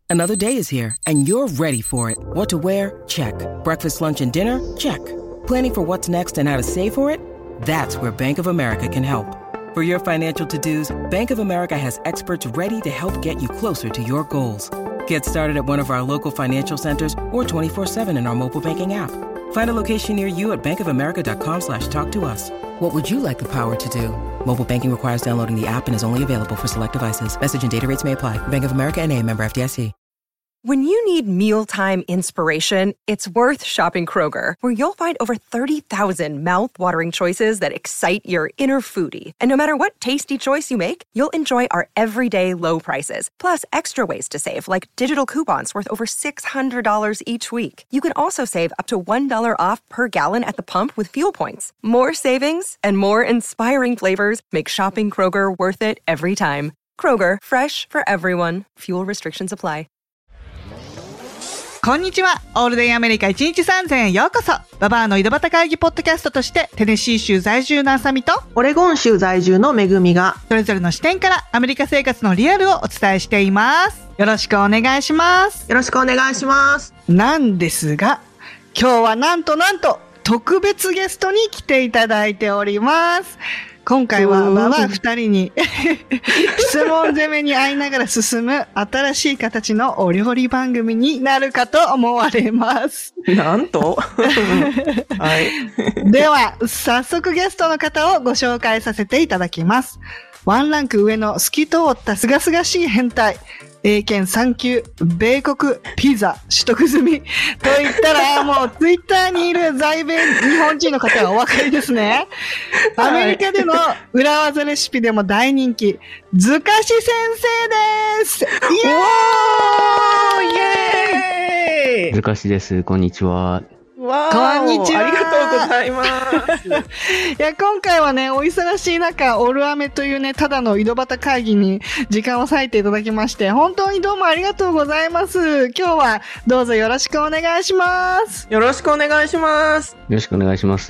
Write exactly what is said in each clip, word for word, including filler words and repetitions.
Another day is here, and you're ready for it. What to wear? Check. Breakfast, lunch, and dinner? Check. Planning for what's next and how to save for it? That's where Bank of America can help. For your financial to-dos, Bank of America has experts ready to help get you closer to your goals. Get started at one of our local financial centers or twenty-four seven in our mobile banking app. Find a location near you at bankofamerica.com slash talk to us. What would you like the power to do? Mobile banking requires downloading the app and is only available for select devices. Message and data rates may apply. Bank of America N A, member F D I C. When you need mealtime inspiration, it's worth shopping Kroger, where you'll find over thirty thousand mouth-watering choices that excite your inner foodie. And no matter what tasty choice you make, you'll enjoy our everyday low prices, plus extra ways to save, like digital coupons worth over six hundred dollars each week. You can also save up to one dollar off per gallon at the pump with fuel points. More savings and more inspiring flavors make shopping Kroger worth it every time. Kroger, fresh for everyone. Fuel restrictions apply. こんにちは。オールデイアメリカいちにちさんぜんへようこそ。ババアの井戸端会議ポッドキャストとしてテネシー州在住のあさみとオレゴン州在住のめぐみがそれぞれの視点からアメリカ生活のリアルをお伝えしています。よろしくお願いします。 よろしくお願いします。 なんですが、今日はなんとなんと特別ゲストに来ていただいております。今回はババア二人に質問攻めに合いながら進む新しい形のお料理番組になるかと思われます。 なんとはい。 では、早速ゲストの方をご紹介させていただきます。ワンランク上の透き通ったすがすがしい変態。英検さん級、米国ピザ取得済みと言ったらもうツイッターにいる在米日本人の方はお分かりですね。アメリカでの裏技レシピでも大人気、ずかし先生です。イエーイ！イエーイ！ ずかしです。こんにちは。 わこんにちは。 ありがとうございます。 いや、今回はね、お忙しい中、オルアメというね、ただの井戸端会議に時間を割いていただきまして、本当にどうもありがとうございます。今日はどうぞよろしくお願いします。 よろしくお願いします。 よろしくお願いします。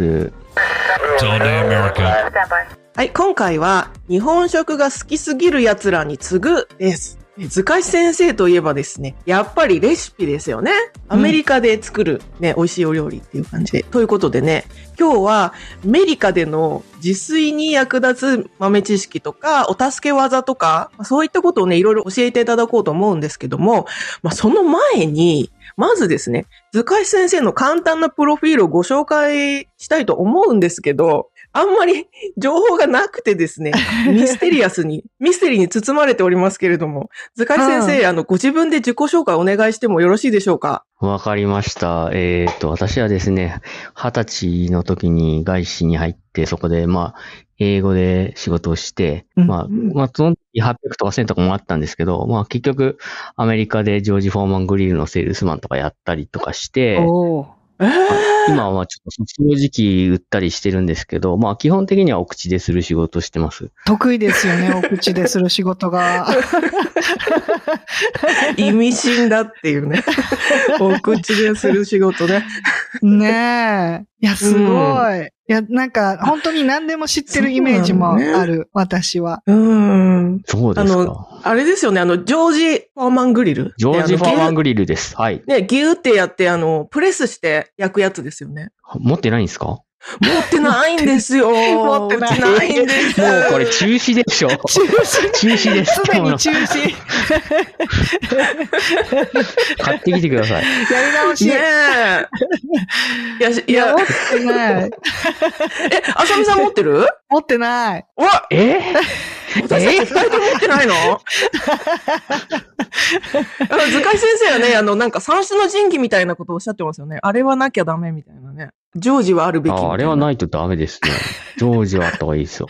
はい、今回は日本食が好きすぎる奴らに次ぐです。ずかし先生といえばですね、やっぱりレシピですよね。アメリカで作るね、うん、美味しいお料理っていう感じで。ということでね、今日はアメリカでの自炊に役立つ豆知識とか、お助け技とか、そういったことをね、いろいろ教えていただこうと思うんですけども、まあ、その前に、まずですね、ずかし先生の簡単なプロフィールをご紹介したいと思うんですけど、あんまり情報がなくてですね、ミステリアスに、ミステリーに包まれておりますけれども、ずかし先生、あの、ご自分で自己紹介お願いしてもよろしいでしょうか？ わかりました。えっと、私はですね、二十歳の時に外資に入って、そこで、まあ、英語で仕事をして、うん、まあ、まあ、その時はっぴゃくとかせんとかもあったんですけど、まあ、結局、アメリカでジョージ・フォーマングリルのセールスマンとかやったりとかして、おーえー、今はちょっと掃除機売ったりしてるんですけど、まあ基本的にはお口でする仕事してます。 得意ですよね、お口でする仕事が。 意味深だっていうね。お口でする仕事ね。 ねえ。いや、すごい。うん、いや、なんか、本当に何でも知ってるイメージもある、ね、私は。 うん。 そうですか。 あの、あれですよね、あの、ジョージ・フォーマングリル。 ジョージ・フォーマングリルです。はい。 ね、ギューってやって、あの、プレスして焼くやつですよね。 持ってないんですか？ 持ってないんですよ。 持ってないんですもうこれ中止でしょ。中止。 中止です。 すでに中止。 買ってきてください。 やり直し。 ねえ。いや、いや、 持ってない。え、 あさみさん持ってる？ 持ってない。 おえ私たち二人とも持ってないの？あの、ずかし先生はね、あの、なんか三種の神器みたいなことをおっしゃってますよね。あれはなきゃダメみたいなね。ジョージはあるべきみたいな。 あ、あれはないとダメですね。ジョージはあった方がいいですよ。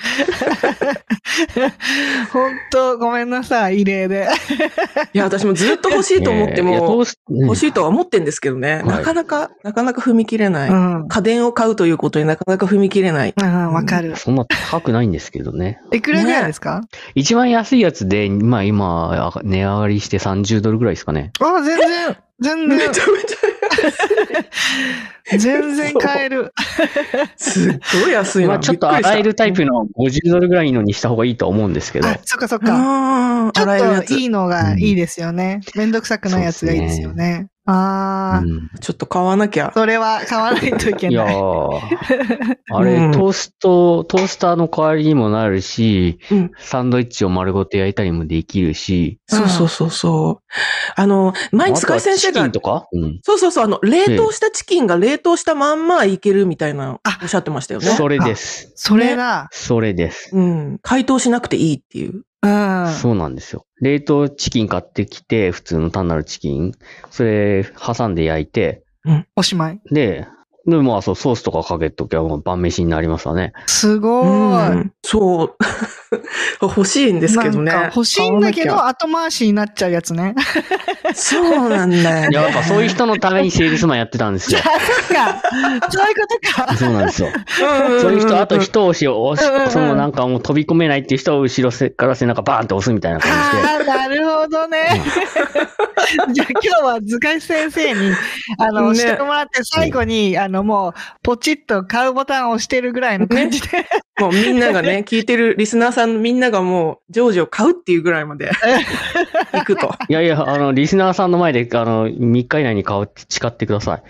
本当ごめんなさい、異例で。 いや、私もずっと欲しいと思っても、欲しいとは思ってんですけどね。なかなか、なかなか踏み切れない、うん。家電を買うということになかなか踏み切れない。 うん、わかる。 そんな高くないんですけどね。 いくらぐらいですか？ 一番安いやつで、まあ今、値上がりしてさんじゅうドルぐらいですかね。 あ、全然、全然。 めちゃめちゃ全然買える。 すっごい安いな。 まあちょっと洗えるタイプのごじゅうドルぐらいのにした方がいいと思うんですけど。 あ、そっかそっか。 あちょ洗えるやつっといいのがいいですよね。めんどくさくないやつがいいですよね。ああ、うん、 ちょっと買わなきゃ。 それは買わないといけない。いやーあれ、うん、トースト、トースターの代わりにもなるし、うん、サンドイッチを丸ごと焼いたりもできるし。 そうそうそうそう。あの、前に塚井先生が、 チキンとか、うん、 そうそうそう、あの、冷凍したチキンが冷凍したまんまいけるみたいな、おっしゃってましたよね。 それです。 それだ。 それです。 うん。解凍しなくていいっていう。 うん、 そうなんですよ。冷凍チキン買ってきて、普通の単なるチキン。それ、挟んで焼いて。 うん。おしまい。 で、で、まあそう、ソースとかかけときゃもう晩飯になりますわね。 すごーい。うん、 そう。欲しいんですけどね。 欲しいんだけど、後回しになっちゃうやつね。 そうなんだよ、ね。 いや、やっぱそういう人のためにセールスマンやってたんですよ。 そうか。そういうことか。 そうなんですよ。そういう人、あと一押しを押し、そのなんかもう飛び込めないっていう人を後ろから背中バーンって押すみたいな感じで。 ああ、なるほどね。じゃあ今日は塚井先生に、あの、ね、してもらって最後に、あの、もう、ポチッと買うボタンを押してるぐらいの感じで。ね、 もうみんながね、聞いてるリスナーさんみんながもう、ジョージを買うっていうぐらいまで行くと。 いやいや、あの、リスナーさんの前で、あの、みっか以内に買うって誓ってください。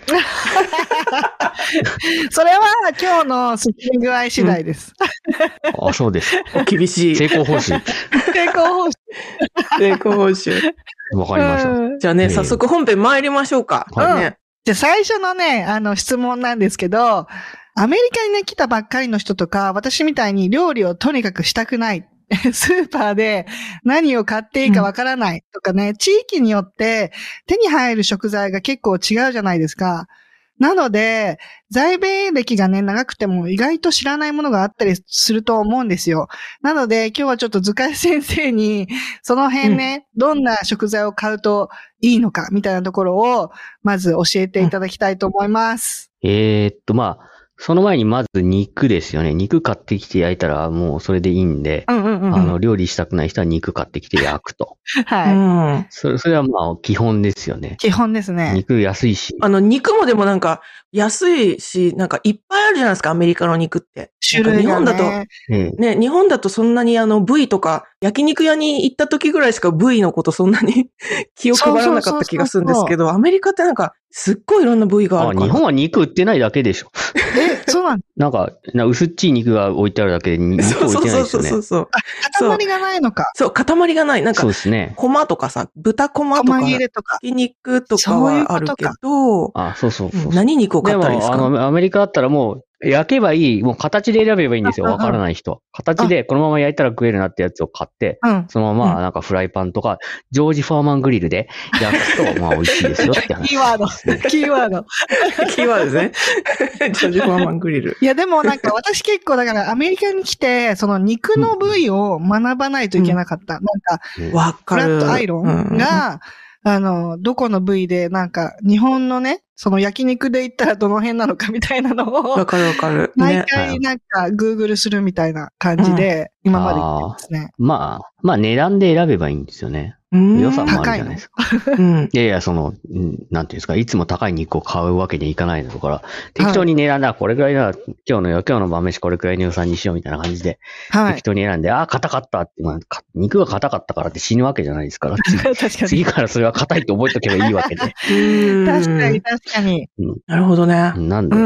それは今日のスキン具合次第です。 うん、あ、そうです。 厳しい。 成功報酬。 成功報酬。 成功報酬。 わかりました。 じゃあね、早速本編参りましょうか。 はい、 ね、 うん。じゃあ最初のね、あの質問なんですけど、アメリカにね、来たばっかりの人とか、私みたいに料理をとにかくしたくない。スーパーで何を買っていいかわからないとかね、うん、地域によって手に入る食材が結構違うじゃないですか。なので、在米歴がね、長くても意外と知らないものがあったりすると思うんですよ。なので、今日はちょっと塚井先生に、その辺ね、うん、どんな食材を買うといいのか、みたいなところを、まず教えていただきたいと思います。 うん、えー、っと、まあ、その前にまず肉ですよね。肉買ってきて焼いたらもうそれでいいんで、 うんうんうん、 あの、料理したくない人は肉買ってきて焼くと。 はい。 それ、それはまあ基本ですよね。 基本ですね。 肉安いし。 あの、肉もでもなんか安いし、なんかいっぱいあるじゃないですか、アメリカの肉って。 種類がね。 日本だと、ね、日本だとそんなにあの部位とか、焼肉屋に行った時ぐらいしか部位のことそんなに気を配らなかった気がするんですけど、アメリカってなんかすっごいいろんな部位があるから。 あ、日本は肉売ってないだけでしょ。 え、そうなんなんか、な薄っちい肉が置いてあるだけで肉置いてないですよね。 そうそうそうそう。 あ、塊がないのか。 そう、塊がない。なんか、 そうですね。 コマとかさ、豚コマとか、ひき肉とかはあるけど、 あ、そうそうそう。 何肉を買ったらいいですか？ でも、あの、アメリカだったらもう、焼けばいい、もう形で選べばいいんですよ。わからない人。形でこのまま焼いたら食えるなってやつを買って、うん、そのままなんかフライパンとか、ジョージ・フォーマングリルで焼くと、まあ美味しいですよって話、ね。 キーワード。キーワード。 キーワードですね。ジョージ・フォーマングリル。 いやでもなんか私結構だからアメリカに来て、その肉の部位を学ばないといけなかった。うん、なんか、 わかる。 フラットアイロンが、うん、あの、どこの部位でなんか日本のね、その焼肉で言ったらどの辺なのかみたいなのを。 わかるわかる。 毎回なんかグーグルするみたいな感じで、今まで言ってますね。 まあ、まあ値段で選べばいいんですよね。予算もあるじゃないですか。うん、いやいや、その、なんていうんですか、いつも高い肉を買うわけにいかないのだから、適当に値段だ、これくらいなら、今日のよ、今日の晩飯これくらいの予算にしようみたいな感じで、はい、適当に選んで、ああ、硬かったって、まあ、肉が硬かったからって死ぬわけじゃないですから、 確かに次からそれは硬いって覚えとけばいいわけで。 確かに、確かに。 うん、なるほどね。 なんで、うん、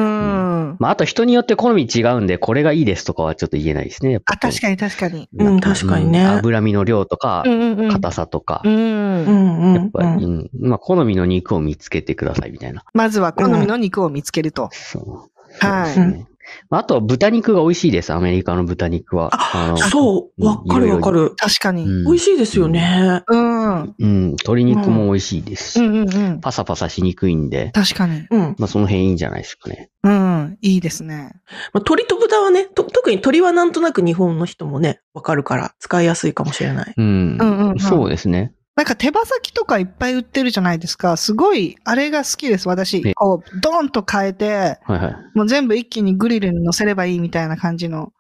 まあ、あと人によって好み違うんで、これがいいですとかはちょっと言えないですね。やっぱあ、確かに確かに。 うん、確かにね。 脂身の量とか、硬さとか。 うんうんやっぱり、うん、まあ、好みの肉を見つけてくださいみたいな。 まずは好みの肉を見つけると。 そう。 はい。 ね、あと、豚肉が美味しいです、アメリカの豚肉は。 あのそう、わかるわかる。 確かに、 うん。美味しいですよね。 うん。 うん。鶏肉も美味しいですし、 うんうんうん、 パサパサしにくいんで。 確かに。 うん。 まあ、その辺いいんじゃないですかね。 うん。いいですね。 まあ、鶏と豚はね、と、特に鶏はなんとなく日本の人もね、わかるから使いやすいかもしれない。 うん。うんうんうん、そうですね。 なんか手羽先とかいっぱい売ってるじゃないですか。すごい、あれが好きです、私。こう、ドーンと変えて、 はいはい、 もう全部一気にグリルに乗せればいいみたいな感じの。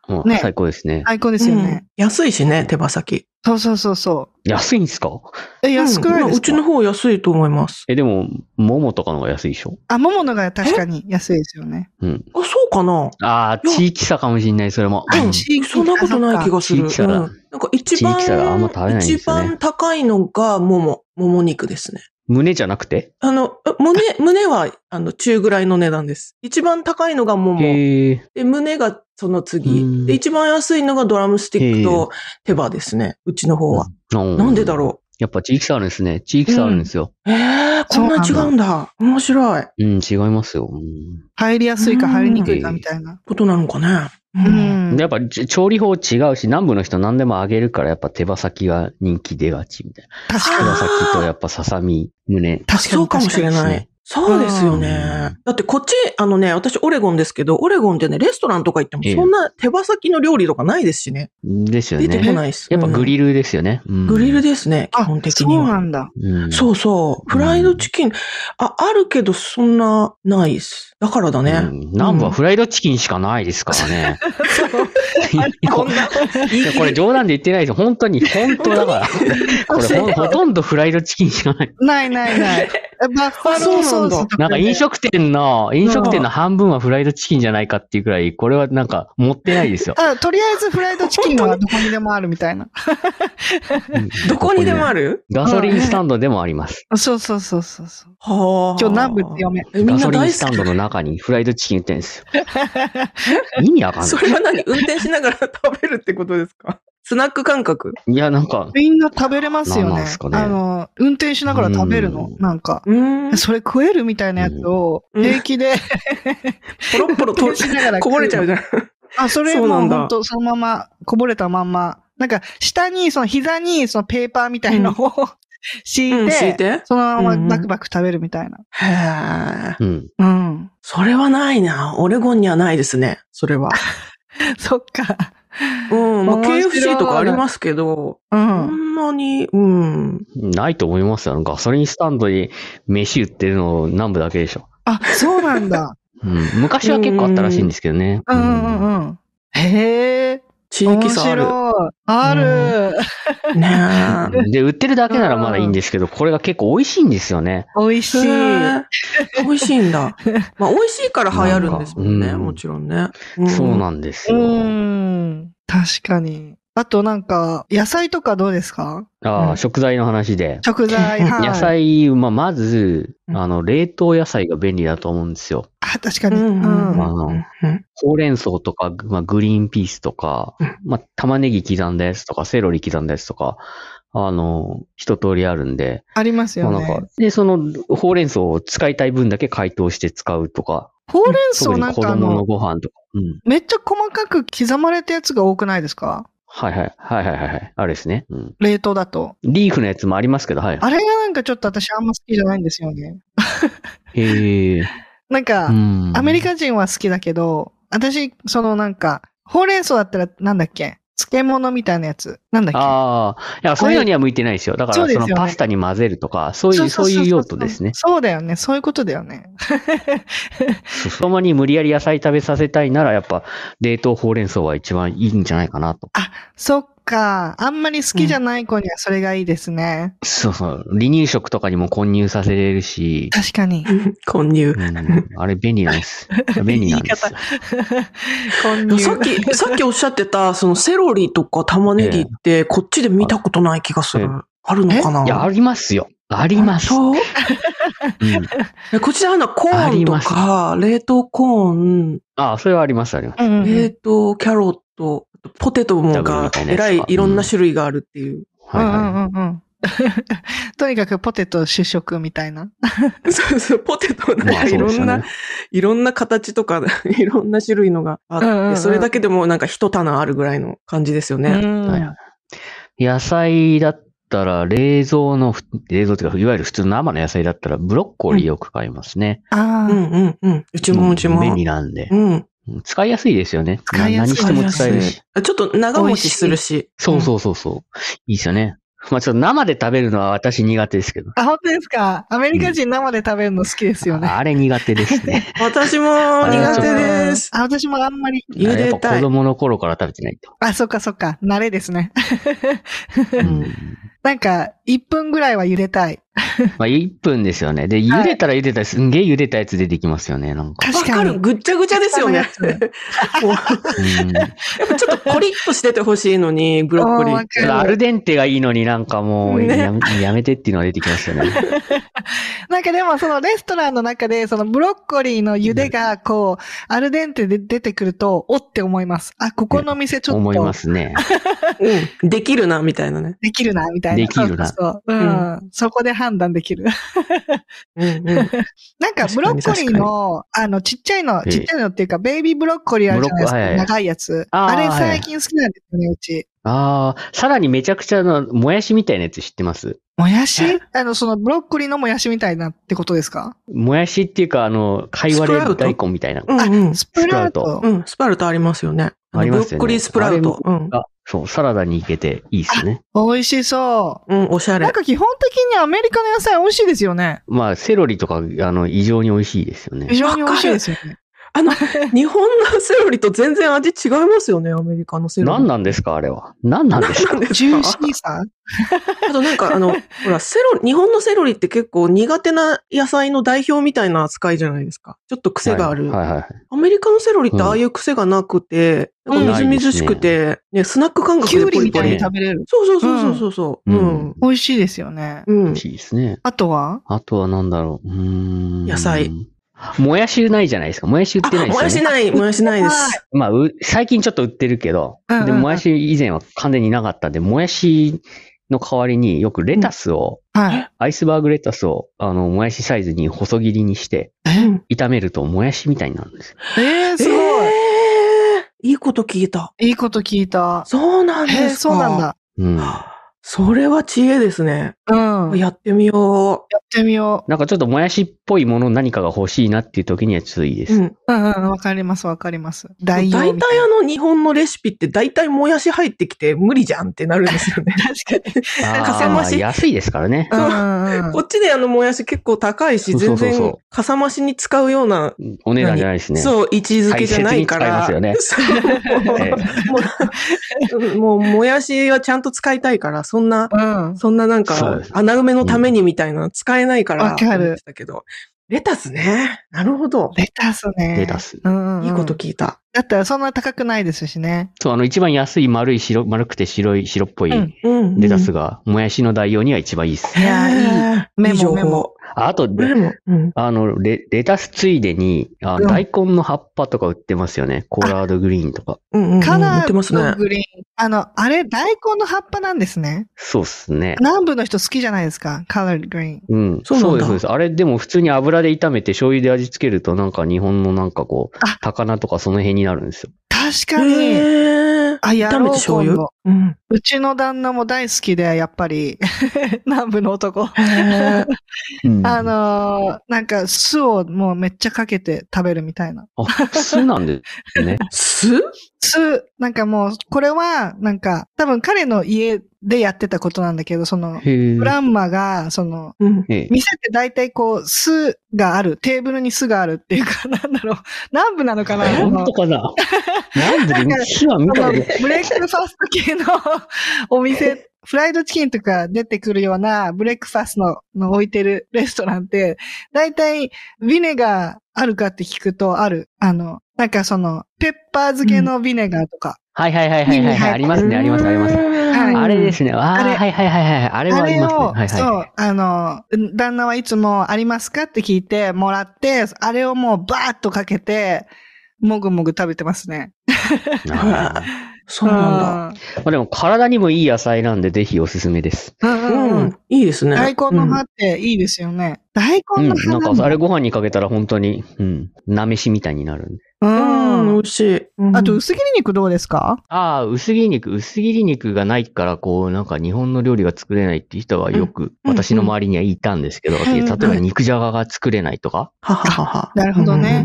もうね最高ですね。 最高ですよね。 うん、安いしね、手羽先。 そうそうそうそ安いんですか？ う。え、安くないですか？ うん、うちの方安いと思います。 え、でも、桃とかの方が安いでしょ？ あ、桃のが確かに安いですよね。 うん。 あ、そうかな。 ああ、地域差かもしれない、それも。 あうん地域そんなことない気がする。 地域差だうんなんか一番、 地域差があんま食べないんですよね一番高いのが桃、桃肉ですね。 胸じゃなくて？ あの、胸、胸は、あの、中ぐらいの値段です。一番高いのが桃。 へえ。 で、胸がそのう次。 んで、一番安いのがドラムスティックと手羽ですね。うちの方は。 うんなんでだろやっぱ地域差あるんですね。地域差あるんですよ。 う。ええー、こんな違うんだ。面白い。 うん、違いますよ。うん入りやすいか入りにくいかみたいな。 ことなのかね。 う。んで。やっぱち調理法違うし、南部の人何でも揚げるからやっぱ手羽先が人気出がちみたいな。 確か手羽先とやっぱささみ、胸。 確かにそうかもしれ確かにない。そうですよね。だってこっち、あのね、私オレゴンですけど、オレゴンってね、レストランとか行ってもええそんな手羽先の料理とかないですしね。 ですよ出てこね。 ないです。 やっぱグリル。 ルですよね。うんグリルですね、基あ本、的そうには。 なんだ。 うんそうそう。フライドチキン、あ、あるけどそんなないです。だからだね。 うん南部はフライドチキンしかないですからね。いやこんな、 いやこれ冗談で言ってないですよ。本当に、本当だから。これほんほとんどフライドチキンしかない。 ないないない。えバッファローソースとか、ね。 なんか飲食店の、飲食店の半分はフライドチキンじゃないかっていうくらい、これはなんか持ってないですよ。 あ、とりあえずフライドチキンはどこにでもあるみたいな。 うんどこにでもあるガソリンスタンドでもあります。 そうそうそうそうそう。 はあ。 今日南部強め。 えみんなガソリン大好き。 スタンドの中にフライドチキン売ってるんですよ。意味わかんそない。 れは何運転しながら食べるってことですか？スナック感覚？ いや、なんか、 みんな食べれますよなんなね。 んすかねあの、運転しながら食べるのう。んなんか。 うーん。 それ食えるみたいなやつをうん平気でポロッポロとしながらこぼれちゃうじゃん。 あ、それそうなんだもうほんとそのまま、こぼれたまんま。なんか、下に、その膝に、そのペーパーみたいのを敷うん、 いて、 敷いて。 そのままうんバクバク食べるみたいな。 へえ。 うん。 うん。 それはないな。オレゴンにはないですね。それは。 そっか。 うん。まあ、 面白いケーエフシー とかありますけど、 うそん。 んなに、うん。 ないと思いますよ。ガソリンスタンドに飯売ってるの南部だけでしょ。 あ、そうなんだ。 うん、昔は結構あったらしいんですけどね。 うんうんうん。へえ。 地域面差ある。 白い。ある。 ねえ。 うんで、売ってるだけならまだいいんですけど、これが結構美味しいんですよね。 美味しい。 へえ美味しいんだ。まあ、美味しいから流行るんですもんね。 なんかうんもちろんね。 そうなんですうよ。 ん。確かに。あとなんか、野菜とかどうですか？ ああ、 うん食材の話で。 食材、はい。 野菜、まあ、まず、 うんあの、冷凍野菜が便利だと思うんですよ。 あ、確かに。 うんうんうんあのうんほうれん草とか、まあ、グリーンピースとかうん、 まあ、玉ねぎ刻んだやつとか、セロリ刻んだやつとか、あの、一通りあるんで、 ありますよまあ、なんねか。、で、その、ほうれん草を使いたい分だけ解凍して使うとか、 ほうれん草特に子なんかあ供のの、 ご飯とか、うん。 めっちゃ細かく刻まれたやつが多くないですか？ はいはい、はいはいはいはい。あれですね。うん。 冷凍だと。 リーフのやつもありますけど、はい。 あれがなんかちょっと私あんま好きじゃないんですよね。 へえ。 なんか、 うん。 アメリカ人は好きだけど、私、そのなんか、ほうれん草だったらなんだっけ？漬物みたいなやつ。なんだっけ？ ああ、いや、そういうのには向いてないですよ。だから、 そうですよねそのパスタに混ぜるとか、そういう、そういう用途ですね。 そうだよね。そういうことだよね。 そう子供に無理やり野菜食べさせたいなら、やっぱ、冷凍ほうれん草は一番いいんじゃないかなと。 あ、そっか。あんまり好きじゃない子にはそれがいいですね。 そうそう。離乳食とかにも混入させれるし、 確かに。 混入う。ん、あれ便利なんです。便利なんですよ。 混入。 さっき、さっきおっしゃってた、そのセロリとか玉ねぎって、こっちで見たことない気がする。 ええあるのかないや、ありますよ。あります。 本うん、 当えこっちであるのはコーンとありますか、冷凍コーン、 ああ、それはあります、あります。 うんうん冷凍キャロット、ポテトもダブルがみたいなやつえらいかいろんな種類があるっていう。 はいはい。 うんうんうんうんとにかくポテト主食みたいな。 そうそう、ポテトなんまあかいろんな、 そうですよねいろんな形とか、いろんな種類のがあって、 うんうんうんそれだけでもなんか一棚あるぐらいの感じですよね。 うんはいはい野菜だったら、冷蔵の、冷蔵というか、いわゆる普通の生の野菜だったら、ブロッコリーよく買いますね。 ああ、 うんうんうん。うちもうちも。 便利なんでう。ん。 うん使いやすいですよね。 使いやすいな何しても使えるし。 ちょっと長持ちするし。 そうそうそうそう。いいですよね。 まあちょっと生で食べるのは私苦手ですけど。 あ、本当ですか？アメリカ人生で食べるの好きですよね。 あれ苦手ですね。 私も苦手です。 あ、私もあんまり。 茹でたい。 子供の頃から食べてないと。 あ、そっかそっか。慣れですね。 うん、 なんか、いっぷんぐらいは茹でたい。 まあいっぷんですよね。で、茹でたら茹でたらすんげえ茹でたやつ出てきますよね、なんか。 確かに。ぐっちゃぐちゃですよね。もうやっぱちょっとコリッとしててほしいのに、ブロッコリー。 アルデンテがいいのになんかもうや、ね、やめてっていうのが出てきますよね。 なんかでもそのレストランの中でそのブロッコリーの茹でがこう、アルデンテで出てくると、おって思います。あ、ここの店ちょっと。 思いますね。 うん。できるな、みたいなね。 できるな、みたいな。 できるな。 そうそうそう。うん。うん、そこで判断できる。 うんうん、 なんかブロッコリーの、あの、ちっちゃいの、ちっちゃいのっていうか、ベイビーブロッコリーあるじゃないですか。はい、長いやつ。あ, あれ最近好きなんですよね、うち。 ああ、さらにめちゃくちゃの、もやしみたいなやつ知ってます？ もやしあの、そのブロッコリーのもやしみたいなってことですか？ もやしっていうか、あの、かいわれ大根みたいな。 うんうん。 スプラウト。 うん、スプラウトありますよね。 ありますよね。 ブロッコリースプラウト。うん。 あ、そう、サラダにいけていいっすね。 美味しそう。 うん、おしゃれ。 なんか基本的にアメリカの野菜美味しいですよね。 まあ、セロリとか、あの、異常に美味しいですよね。 異常に美味しいですよね。 あの、日本のセロリと全然味違いますよね、アメリカのセロリ。 何なんですか、あれは。何なんですか。 ジューシーさあとなんかあの、ほら、セロリ、日本のセロリって結構苦手な野菜の代表みたいな扱いじゃないですか。ちょっと癖がある。 はいはいはい、 アメリカのセロリってああいう癖がなくて、うん、なんかみずみずしくて、ね、スナック感覚でポリポリ。 キュウリみたいに食べれる。 そうそうそうそうそう。うん。うん、 美味しいですよね。 うん。 美味しいですね。 あとはあとはなんだろう。うーん。 野菜。 もやしないじゃないですか。もやし売ってないですよね。 もやしない、もやしないです。 まあ、最近ちょっと売ってるけど、うんうんうん、でもやし以前は完全になかったんで、もやしの代わりによくレタスを、うんはい、アイスバーグレタスを、あの、もやしサイズに細切りにして、炒めるともやしみたいになるんですよ。 えー、すごい、えー。いいこと聞いた。 いいこと聞いた。 そうなんですか。えー、 そうなんだ。 うん。 それは知恵ですね。 うん。 やってみよう。 やってみよう。なんかちょっともやしっぽいもの何かが欲しいなっていう時にはちょっといいです。 うん。うんうん。わかりますわかります。 大体あの日本のレシピって大体もやし入ってきて無理じゃんってなるんですよね。 確かに。 かさ増し。安いですからね。 うんうんうん、 こっちであのもやし結構高いし、そうそうそう全然かさ増しに使うような。 お値段じゃないですね。 そう、位置づけじゃないから。 大切に使いますよね。 もう、もうもやしはちゃんと使いたいから、そんな、うんそんななんか、穴埋めのためにみたいなの使えないから。 わかる。 だけど。レタスね。なるほど。 レタスね。 レタス。 うんうん、 いいこと聞いた。 だったらそんな高くないですしね。 そう、あの一番安い丸い白、丸くて白い、白っぽいレタスが、もやしの代用には一番いいっす。 いや、いい。メモメモ。 あと、うん、あのレ、レタスついでに、あ、うん、大根の葉っぱとか売ってますよね。コーラードグリーンとか。 うんうんうん、カラードグリーン。あの、あれ、大根の葉っぱなんですね。 そうっすね。 南部の人好きじゃないですか。カラードグリーン。 うん。そうそうです。あれ、でも普通に油で炒めて醤油で味付けると、なんか日本のなんかこう、高菜とかその辺になるんですよ。 確かに。あ、やろう、醤油。うん。うちの旦那も大好きで、やっぱり、南部の男。あのー、なんか酢をもうめっちゃかけて食べるみたいな。 あ、酢なんですね。 酢酢、なんかもう、これは、なんか、多分彼の家でやってたことなんだけど、その、グランマが、その、店って大体こう、酢がある、テーブルに酢があるっていうか、なんだろう、南部なのかな本当かな南部で酢は見たことない。 ブレックファスト系のお店、フライドチキンとか出てくるようなブレックファスト の, の置いてるレストランって、大体ビネガーあるかって聞くとある。あの、なんかその、ペッパー漬けのビネガーとか。うん、 はいはいはいはいはい、はい。ありますね、あります、あります。はい、あれですね。ああ、はいはいはいはい。あれはありますね。はいはい、 そう、あの、旦那はいつもありますかって聞いてもらって、あれをもうバーッとかけて、もぐもぐ食べてますね。 あそうなんだ。 まあでも体にもいい野菜なんでぜひおすすめです。 うんうんうん。 いいですね。 大根の葉っていいですよね。うん、大根の葉、 うん、なんかあれご飯にかけたら本当に、うん、なめしみたいになるんで。 うん、 美味しい。 うん、あと薄切り肉どうですか？ ああ、薄切り肉、薄切り肉がないからこうなんか日本の料理が作れないっていう人はよく私の周りにはいたんですけど、うんうん、例えば肉じゃがが作れないとか。 はははは。 なるほどね。うんう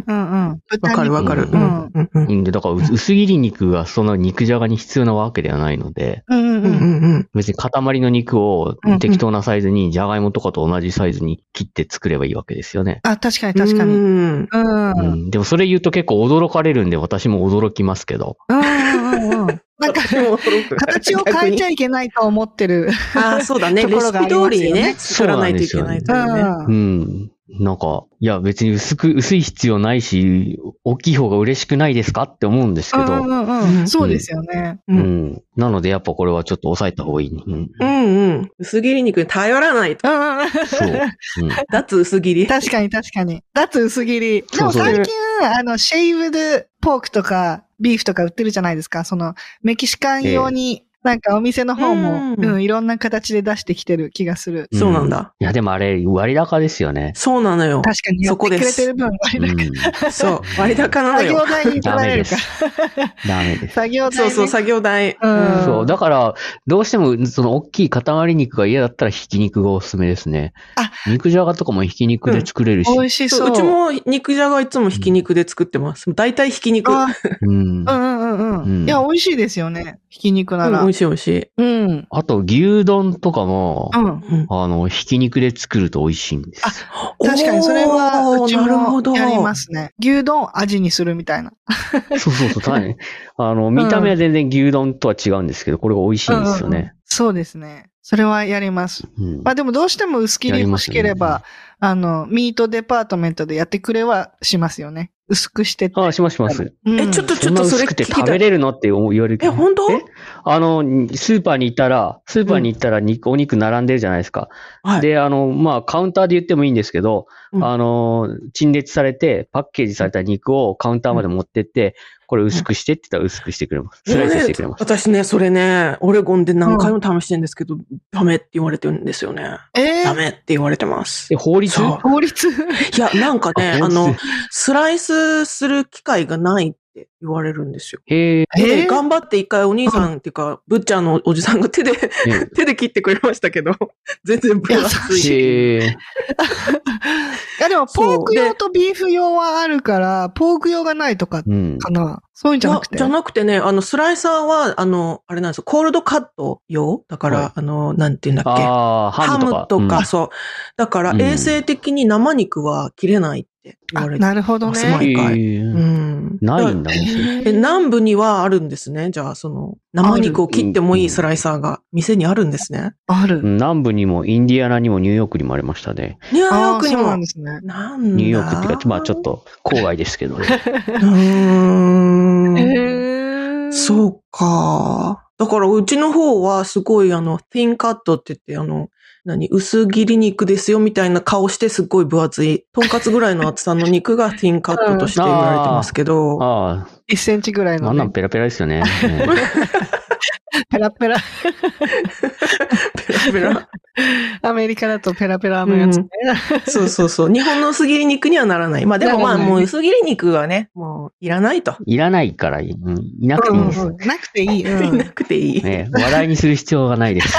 うん。 わかるわかる。 ううんん。うん。うん。 うんで、だから薄切り肉がその肉じゃがに必要なわけではないので、 うんうんうん。 うんうん別に塊の肉を適当なサイズに、じゃがいもとかと同じサイズに切って作ればいいわけですよね。 あ、確かに確かに。 ううん。 ん。 うん。 ううんん、でもそれ言うと結構驚かれるんで、私も驚きますけど。 うんうん。なんか、 私も驚く形を変えちゃいけないと思ってる。 ああ、そうだね。 ところレシピがありますよね通りにね、作らないといけないというね。 うんう。ん。なんか、いや別に薄く、薄い必要ないし、大きい方が嬉しくないですかって思うんですけど。 うんうんう。 うんんそうですよね。 う。 うんん。なのでやっぱこれはちょっと抑えた方がいい。うん。 うんうん。薄切り肉に頼らないと。 うんうん。 そう。うん。 脱薄切り。 確かに確かに。脱薄切り。でもそうそう最近、あの、シェイブドポークとか、ビーフとか売ってるじゃないですか。その、メキシカン用に、なんかお店の方も、 うんうん、いろんな形で出してきてる気がする。 そうなんだ。 いやでもあれ、割高ですよね。 そうなのよ。 確かにやってくれそこですてる分、割うん。 そう。割高なのよ。 作業代に取られるか。 ダメです。 作業代、ね。 そうそう、作業代。 うんそう。だから、どうしても、その大きい塊肉が嫌だったらひき肉がおすすめですね。 あ肉じゃがとかもひき肉で作れるし。 美味しそう。 そう、うちも肉じゃがいつもひき肉で作ってます。大体ひき肉。 あうん。 うんうんうんうん。 うんいや、美味しいですよね。ひき肉なうん、 ら。 美味しい美味しい。 うん。 あと、牛丼とかも、 うん。 うんあの、ひき肉で作ると美味しいんです。 確かにそれは、 おーうちなるほどもやりますね。牛丼味にするみたいな。 そうそうそう。ただね、あの、見た目は全然牛丼とは違うんですけど、これが美味しいんですようんうんうんね。 そうですね。それはやります。 うん。 まあでもどうしても薄切り欲しければ、あの、ミートデパートメントでやってくれはしますよね。薄くしてって。 ああ、しますします。 うんえ、ちょっとちょっとそれそんな薄くて聞きたい。 食べれるのって言われるけえ、 ど。 本当えあの、スーパーに行ったら、スーパーに行ったら肉、お肉並んでるじゃないですか。 はい。 で、あの、まあ、カウンターで言ってもいいんですけど、 うんあの、陳列されて、パッケージされた肉をカウンターまで持ってって、これ薄くしてって言ったら薄くしてくれます。スライスしてくれます。 私ね、それね、オレゴンで何回も試してるんですけど、ダメって言われてるんですよね。 えー、 ダメって言われてます。 え、法律そう法律いや、なんかね、 ああの、スライスする機会がないって言われるんですよ。 へえ、 えで、 ー頑張って一回お兄さんっていうか、ブッチャーのおじさんが手で、 え手で切ってくれましたけど、全然分厚い。 へえ、 いやでも、ポーク用とビーフ用はあるから、ポーク用がないとかうん。 かな。そういうんじゃなくて。 いやじゃなくてね、あの、スライサーは、あの、あれなんですよ、コールドカット用だから、 はいあの、なんて言うんだっけ。 ああ、ハムとか。 とか、 うんそう。だから、 うん衛生的に生肉は切れないって言あ、 われてなるほどますね。 毎回。 へえうん。 ないんだもん、それえ、南部にはあるんですね。じゃあ、その、生肉を切ってもいいスライサーが店にあるんですね。 ある。 南部にもインディアナにもニューヨークにもありましたね。 ニューヨああ、 ークにもそうなんで。すね。 なんだニューヨークっていうか、まあちょっ。と郊外ですけどね。 うーん。 へーそうか。だから、うちの方はすごい、あの、thin cut って言って、あの、何、薄切り肉ですよみたいな顔してすっごい分厚い、とんかつぐらいの厚さの肉が thin cut として売られてますけど、 あいっセンチぐらいあ、 の、ね。 あんなんペラペラですよね。ねペラペラ。 ペラペラ。 アメリカだとペラペラのやつね。 そうそうそう。日本の薄切り肉にはならない。まあでもまあならないもう薄切り肉はね、もういらないと。 いらないから、うんいなくていいです。 うんうんなくていい。ういんなくていい。 ね、話題にする必要がないです。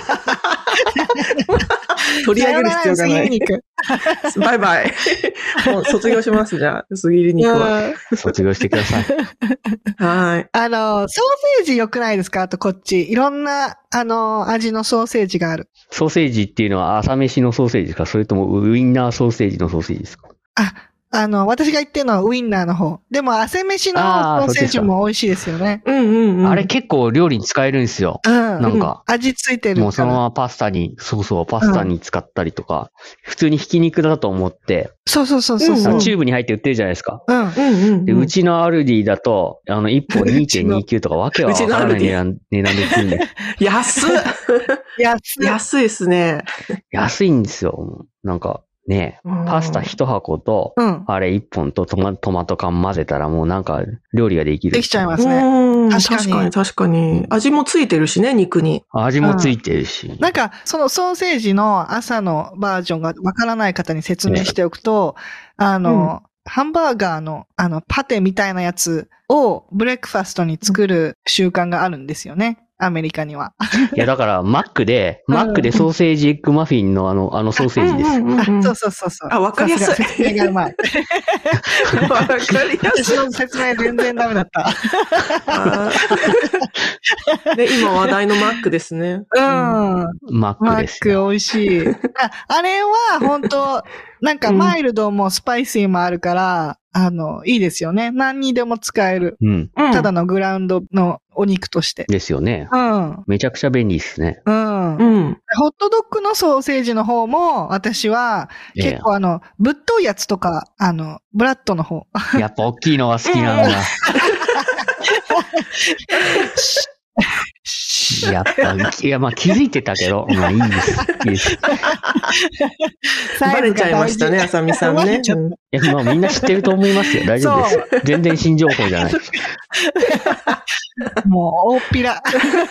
取り上げる必要がさよない。 なら薄切り肉バイバイ。もう卒業します、じゃあ、薄切り肉は。 うん卒業してください。 はい。 あの、ソーセージ良くないですかあとこっち。いろんな、あの、味のソーセージがある。 ソーセージっていうのは朝飯のソーセージですか、それともウインナーソーセージのソーセージですか？ あ、あの、私が言ってるのはウインナーの方。でも、汗飯のソあーーセージも美味しいですよね。 うんうんうん。 あれ結構料理に使えるんですよ。 うん。 なんか、 味ついてるから。 もうそのままパスタに、そうそう、パスタに使ったりとか、普通にひき肉だと思って、 そうそうそうそうそう。 うんチューブに入って売ってるじゃないですか。 うん。 うんうんうん。 で、うちのアルディだと、あの、いっぽんにてんにきゅうとかわけはわからない値段、値段で売ってるんで、 安っ安い。 安いですね。 安いんですよ。なんか、ね、パスタ一箱と、 うん。 あれ一本とトマトマト缶混ぜたらもうなんか料理ができる。 できちゃいまうすね。 ん確かに確かに確かに。味もついてるしね、肉に。 味もついてるし。 なんか、そのソーセージの朝のバージョンがわからない方に説明しておくと、あの、ハンバーガーの、あの、パテみたいなやつをブレックファストに作る習慣があるんですよね。 アメリカには。 いや、だから、マックで、 うんマックでソーセージエッグマフィンのあの、あのソーセージです。 うんうんうんうんあ、そうそうそうそう。 あわかりやすいさが説明がうまい。 わかりやすい。 私の説明全然ダメだった。 あーで、今話題のマックですね。 うん。 マッマックですよ。 ク美味しい。あ、あれは本当なんかマイルドもスパイシーもあるから、あの、いいですよね。何にでも使える。 うん。 うんただのグラウンドのお肉として。 ですよね。 うん。 めちゃくちゃ便利ですね。 うん。 うん。 ホットドッグのソーセージの方も、私はええ結構あの、ぶっといやつとか、あの、ブラッドの方。 やっぱ大きいのが好きなんだ。やっぱ、いや、まあ気づいてたけど、まあいいです。いいです。いバレちゃいましたね、あさみさんね。うんや、まあみんな知ってると思いますよ。大丈夫です。全然新情報じゃない。 もう、大っぴら。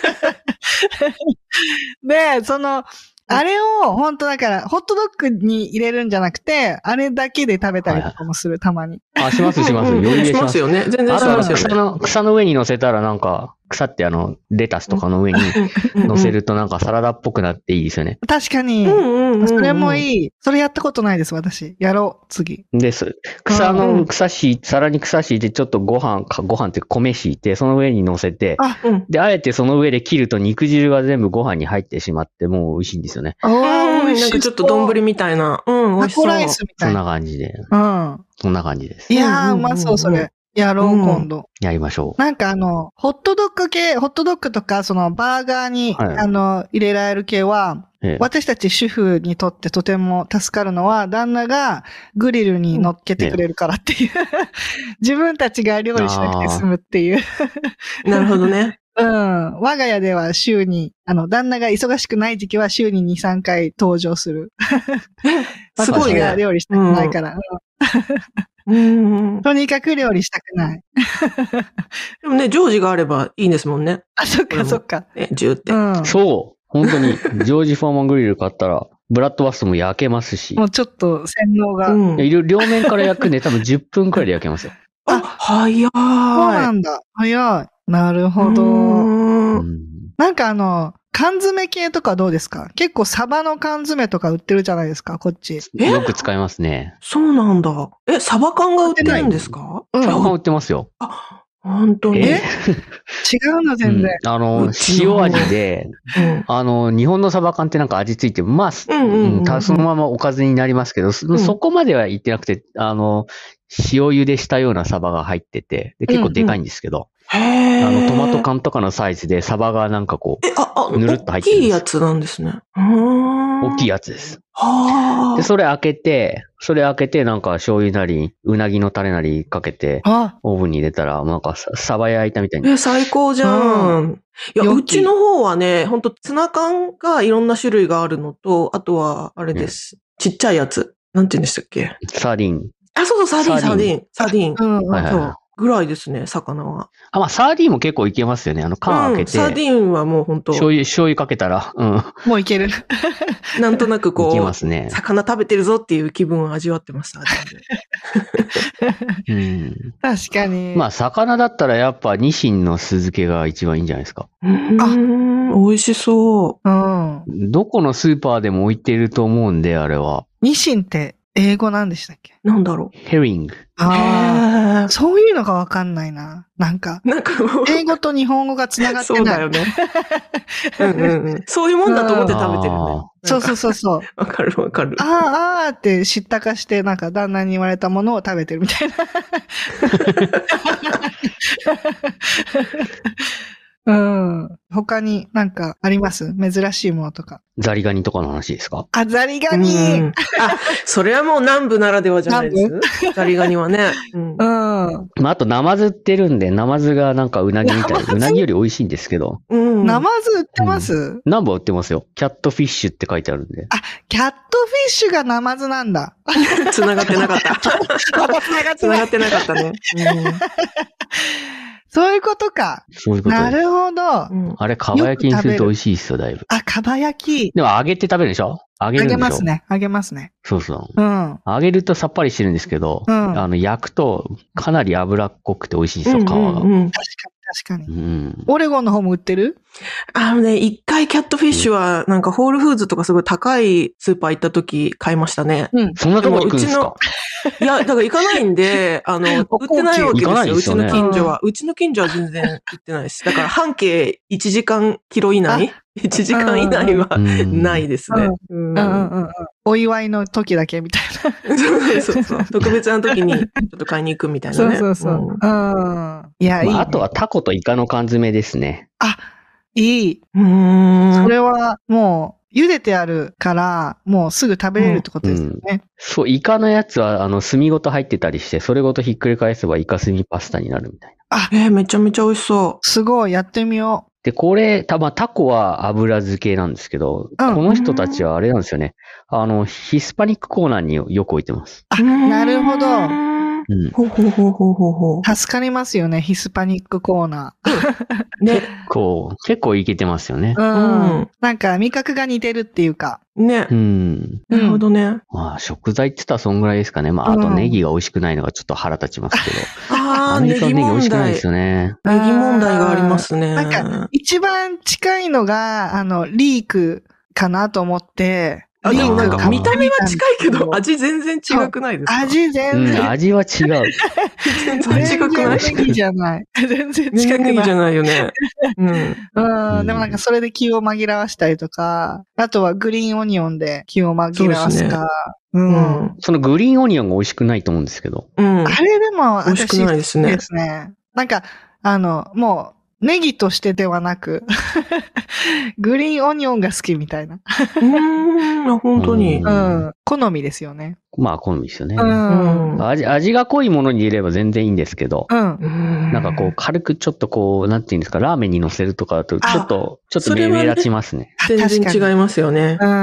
で、その、あれを、本当だから、ホットドッグに入れるんじゃなくて、あれだけで食べたりとかもする、たまに。 あ、しますします。 うんうん余裕でします。 しますよね。全然あとはしますよね。 草の、草の上に乗せたらなんか、草ってあの、レタスとかの上に乗せるとなんかサラダっぽくなっていいですよね。 確かに。 うんうんうんうん。 それもい。 いい。それやったことないです、私。やろう、次。 です。草の草敷いて、皿に草敷いて、ちょっとご飯か、ご飯っていうか米敷いて、その上に乗せて、 あ、 うん。 で、あえてその上で切ると肉汁が全部ご飯に入ってしまって、もう美味しいんですよね。 おうんー、美味しそう。 なんかちょっと丼みたいな。うん、美味しそう。 タコライスみたそんいな。 な感じで。 うん。 そんな感じです。 いやー、 うんうんうんうんうまそう、それ。やろう、 うん今度。 やりましょなんかあの、ホットドッグ系、ホットドッグとか、そのバーガーに、 はいあの、入れられる系は、 う。ええ私たち主婦にとってとても助かるのは、旦那がグリルに乗っけてくれるからっていう。自分たちが料理しなくて済むっていう。 なるほどね。 うん。我が家では週に、あの、旦那が忙しくない時期は週にに、さんかい登場する。 すごい私がね。 料理したくないから。うんうん。 とにかく料理したくない。 でもね、ジョージがあればいいんですもんね。 あ、そっかこれもそっか。 ね、ジューって。 うん。 そう。本当に、ジョージ・フォーマングリル買ったら、ブラッドバストも焼けますし、 もうちょっと洗脳が。 うん。 いや両面から焼くんで多分じゅっぷんくらいで焼けますよ。 あ、早い。 そうなんだ。早い。なるほど。 うーうんん。 なんかあの、缶詰系とかどうですか？結構サバの缶詰とか売ってるじゃないですか、こっち。 えよく使いますね。 そうなんだ。え、サバ缶が売ってるんですか？ うん。 サバ缶売ってますよ。 あ、本当に。 え違うの全然。 うんあの、 うちの塩味で、 うん。 あの、日本のサバ缶ってなんか味ついて、まあ、 うんうんうんうんたそのままおかずになりますけど、そんそこまでは言ってなくて、あの、塩茹でしたようなサバが入ってて、で結構でかいんですけど、 へーあの、トマト缶とかのサイズでサバがなんかこう、 え、あ、あ、 ぬるっと入ってるんです大きいやつなんですね。うーん。 大きいややつです。 はあ。 で、それ開けて、それ開けてなんか醤油なり、うなぎのタレなりかけて、 あ、 オーブンに入れたら、なんかさサバ焼いたみたいに。 え、最高じゃ。 うんいや、 良きうちの方はね、ほんとツナ缶がいろんな種類があるのと、あとは、あれです。ちっちゃいやつ。なんて言うんでしたっけ？ サーディン。 あ、そうそう、サーディン、ササーディンーディン。サーディン。 うん。 はいはいはいそう。ぐらいですね、魚は。 あ、まあ、サーディンも結構いけますよね。あの、缶開けて、 うん、サーディンはもうほんと、 醤油、醤油かけたら、うん。 もういける。 なんとなくこいけう、 ますね。 魚食べてるぞっていう気分を味わってます、サーディンで。 うん。 確かに。 まあ、魚だったらやっぱニシンの酢漬けが一番いいんじゃないですか。 うーん、美味しそうん。 どこのスーパーでも置いてると思うんで、あれは。 ニシンって英語なんでしたっけ？ う。なんだろう。 ヘリング。 ああ。 へーそういうのがわかんないな。なんか、 なんかもう、 英語と日本語が繋がってない。 そうだよね。うんうんうん。そういうもんだと思って食べてるねあ。 そうそうそうそう。 わかるわかる。 あーあーって知ったかして、なんか旦那に言われたものを食べてるみたいな。うん。他になんかあります？珍しいものとか。 ザリガニとかの話ですか？ あ、ザリガうんニ。 あ、それはもう南部ならではじゃないですザリガニはね。うんうん。 まあ、あと、ナマズってるんで、ナマズがなんかうなぎみたい。うなぎより美味しいんですけど、 うん。 ナマズ売ってます？ 南部は売ってますよ。キャットフィッシュって書いてあるんで。 キャットフィッシュがナマズなんだ。 繋がってなかった。 また繋がってない。 繋がってなかったね。 そういうことか。 そういうことなです。 るほど。あ、 うんうんあれ、かば焼きにすると美味しいっすよ、だいぶ。 かば焼き。 でも揚げて食べるでしょ揚げあるんでしょげますね。あげますね。 そうそう。 うん。 揚げるとさっぱりしてるんですけど、 うんあの、焼くとかなり脂っこくて美味しいんですよ、皮が。 うんうんうん確かかに。 うん。 オレゴンの方も売ってる？ あのね、一回キャットフィッシュは、なんかホールフーズとかすごい高いスーパー行った時買いましたね。 うん。 そんなとこ行くんですか？ いや、だから行かないんで、あの、売ってないわけですよ。うちの近所は。うちの近所は全然行ってないです。だから半径いちじかんキロ以内 ?いち 時間以内はないですね。 うんうんうん。お祝いの時だけみたいな。 そうそうそう。特別な時にちょっと買いに行くみたいなね。 そうそうそう。うん。いや、いい、ね。 あとはタコとイカの缶詰ですね。 あ、いい。 うん。 それはもう、茹でてあるから、もうすぐ食べれるってことですよね。うんうん、 そう、イカのやつは、あの、炭ごと入ってたりして、それごとひっくり返せばイカ炭パスタになるみたいな。 あ、 えー、めちゃめちゃ美味しそう。 すごい、やってみよう。 で、これ、たま、タコは油漬けなんですけど、うん、この人たちはあれなんですよね。あの、ヒスパニックコーナーによく置いてます。 あ、なるほど。 うん。 ほうほうほうほうほうほう。助かりますよね、ヒスパニックコーナー。 ね。結構、結構いけてますよね。 うん。うん、なんか、味覚が似てるっていうか。 ね。 うん。 なるほどね。 まあ、食材って言ったらそんぐらいですかね。まあ、あとネギが美味しくないのがちょっと腹立ちますけど。 ああ、 アメリカのネギ美味しくないですよね。 ネギ問題がありますね。 なんか、一番近いのが、あの、リークかなと思って、 あ、でもなんか見た目は近いけど、味全然違くないですか？ 味全然。 うん、味は違う。 全然違くない？ 全然ネギじゃない。全然違くない。 ネギじゃないよね。うん。 うん。でもなんかそれで気を紛らわしたりとか、あとはグリーンオニオンで気を紛らわすか。 うね、うん。 そのグリーンオニオンが美味しくないと思うんですけど。 うん。 あれでも私美味しくないですね。 ですね。なんか、あの、もう、ネギとしてではなく、グリーンオニオンが好きみたいな。 うーん、本当に。 うん。好みですよね。 まあ、好みですよね。 うん。 味、味が濃いものに入れれば全然いいんですけど。 うん。 なんかこう、軽くちょっとこう、なんていうんですか、ラーメンに乗せるとかだと、ちょっと、ちょっと目立ちますね。 全然違いますよね。 うん。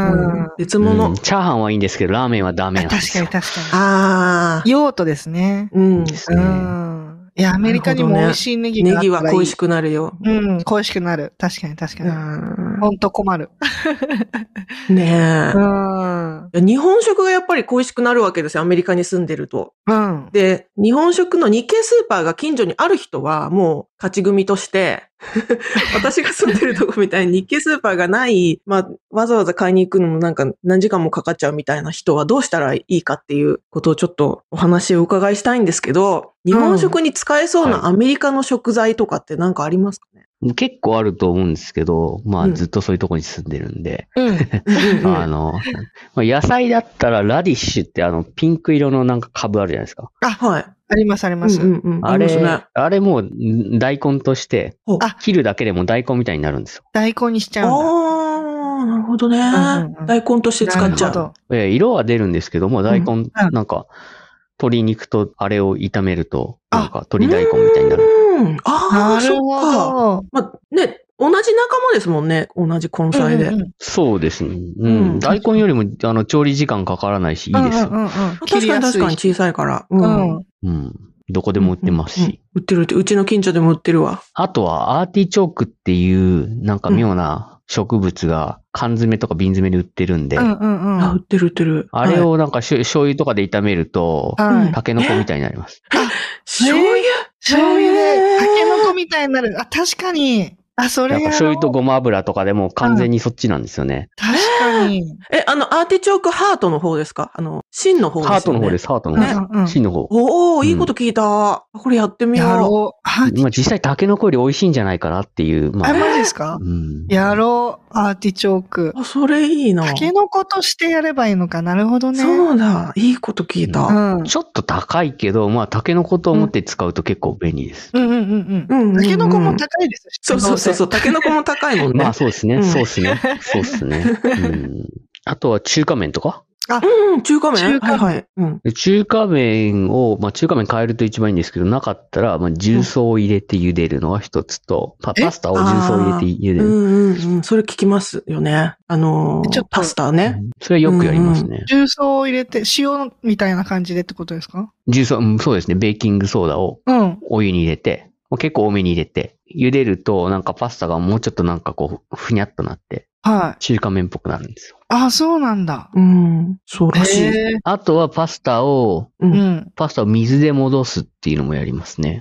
別物、 うん。チャーハンはいいんですけど、ラーメンはダメなんですよ。 確かに確かに。 ああ。 用途ですね。 うん。 ですね。 うんいや、アメリカにも美味しいネギがあったらいい。 ネギは恋しくなるよ。 うん、恋しくなる。確かに確かに。ほんと困る。 ねえ。 うん。 日本食がやっぱり恋しくなるわけですよ、アメリカに住んでると。 うん。 で、日本食の日系スーパーが近所にある人は、もう勝ち組として、私が住んでるとこみたいに日系スーパーがない、まあ、わざわざ買いに行くのもなんか何時間もかかっちゃうみたいな人はどうしたらいいかっていうことをちょっとお話をお伺いしたいんですけど、日本食に使えそうなアメリカの食材とかって何かありますかね？ 結構あると思うんですけど、まあ、ずっとそういうとこに住んでるんで。 うん。 あの、まあ、野菜だったらラディッシュってあの、ピンク色のなんか株あるじゃないですか。 あ、はい。あります、あります。 うんうんうん、 あれ、 あ, あれもう大根として、切るだけでも大根みたいになるんですよ。 大根にしちゃうんだ。 ああ、なるほどね、うんうん。大根として使っちゃう。 え色は出るんですけども、大根、うん、なんか、鶏肉とあれを炒めると、なんか鶏大根みたいになる。 うん。ああ、そっか。まあ、ね、同じ仲間ですもんね。同じ根菜で。 うんうん、そうですね。うん。大根よりも、あの、調理時間かからないし、いいですよ。 うんうんうん、 確かに確かに小さいから。 うん。 うん。どこでも売ってますし。うんうんうん、 売ってるって、うちの近所でも売ってるわ。 あとは、アーティチョークっていう、なんか妙な植物が缶詰とか瓶詰で売ってるんで。 うんうんうん。 あ、売ってる売ってる。 あれをなんかしょ、はい、醤油とかで炒めると、はい、タケノコみたいになります。 あ、醤油醤油でタケノコみたいになる。あ、確かに。あ、それやろう。 醤油とごま油とかでも完全にそっちなんですよね。 うん、確かに。 え、あの、アーティチョークハートの方ですか？あの、芯の方ですよね。 ハートの方です、ハートの方です。うんうん、芯の方。 おー、いいこと聞いた。うん、これやってみよう。やろう。まあ、実際タケノコより美味しいんじゃないかなっていう。 まあ、あ、マジですか？うん。やろう、アーティチョーク。 あ、それいいな。 タケノコとしてやればいいのか。なるほどね。 そうだ。いいこと聞いた。 うん。ちょっと高いけど、まあ、タケノコと思って使うと結構便利です。 うんうんうんうん。タケノコも高いですよ。 そうそうそうそう。タケノコも高いもんね。 まあ、そうですね。うん、そうですね。そうですね。うん。あとは中華麺とか？ あ、うん、中華麺中華麺。はいはい。うん。 中華麺を、まあ中華麺変えると一番いいんですけど、なかったら、まあ重曹を入れて茹でるのが一つと、パ, パスタを重曹を入れて茹でる。 うんうんうん。それ聞きますよね。あのー、ちょっとパスタね、 うん。それはよくやりますね。 重曹を入れて、塩みたいな感じでってことですか？ 重曹、うん、そうですね。ベーキングソーダを、お湯に入れて、うん、結構多めに入れて、茹でると、なんかパスタがもうちょっとなんかこう、ふにゃっとなって、 はい。 中華麺っぽくなるんですよ。 あ、そうなんだ。 うん。そうらしい。 あとはパスタを、うん。パスタを水で戻すっていうのもやりますね。 あ、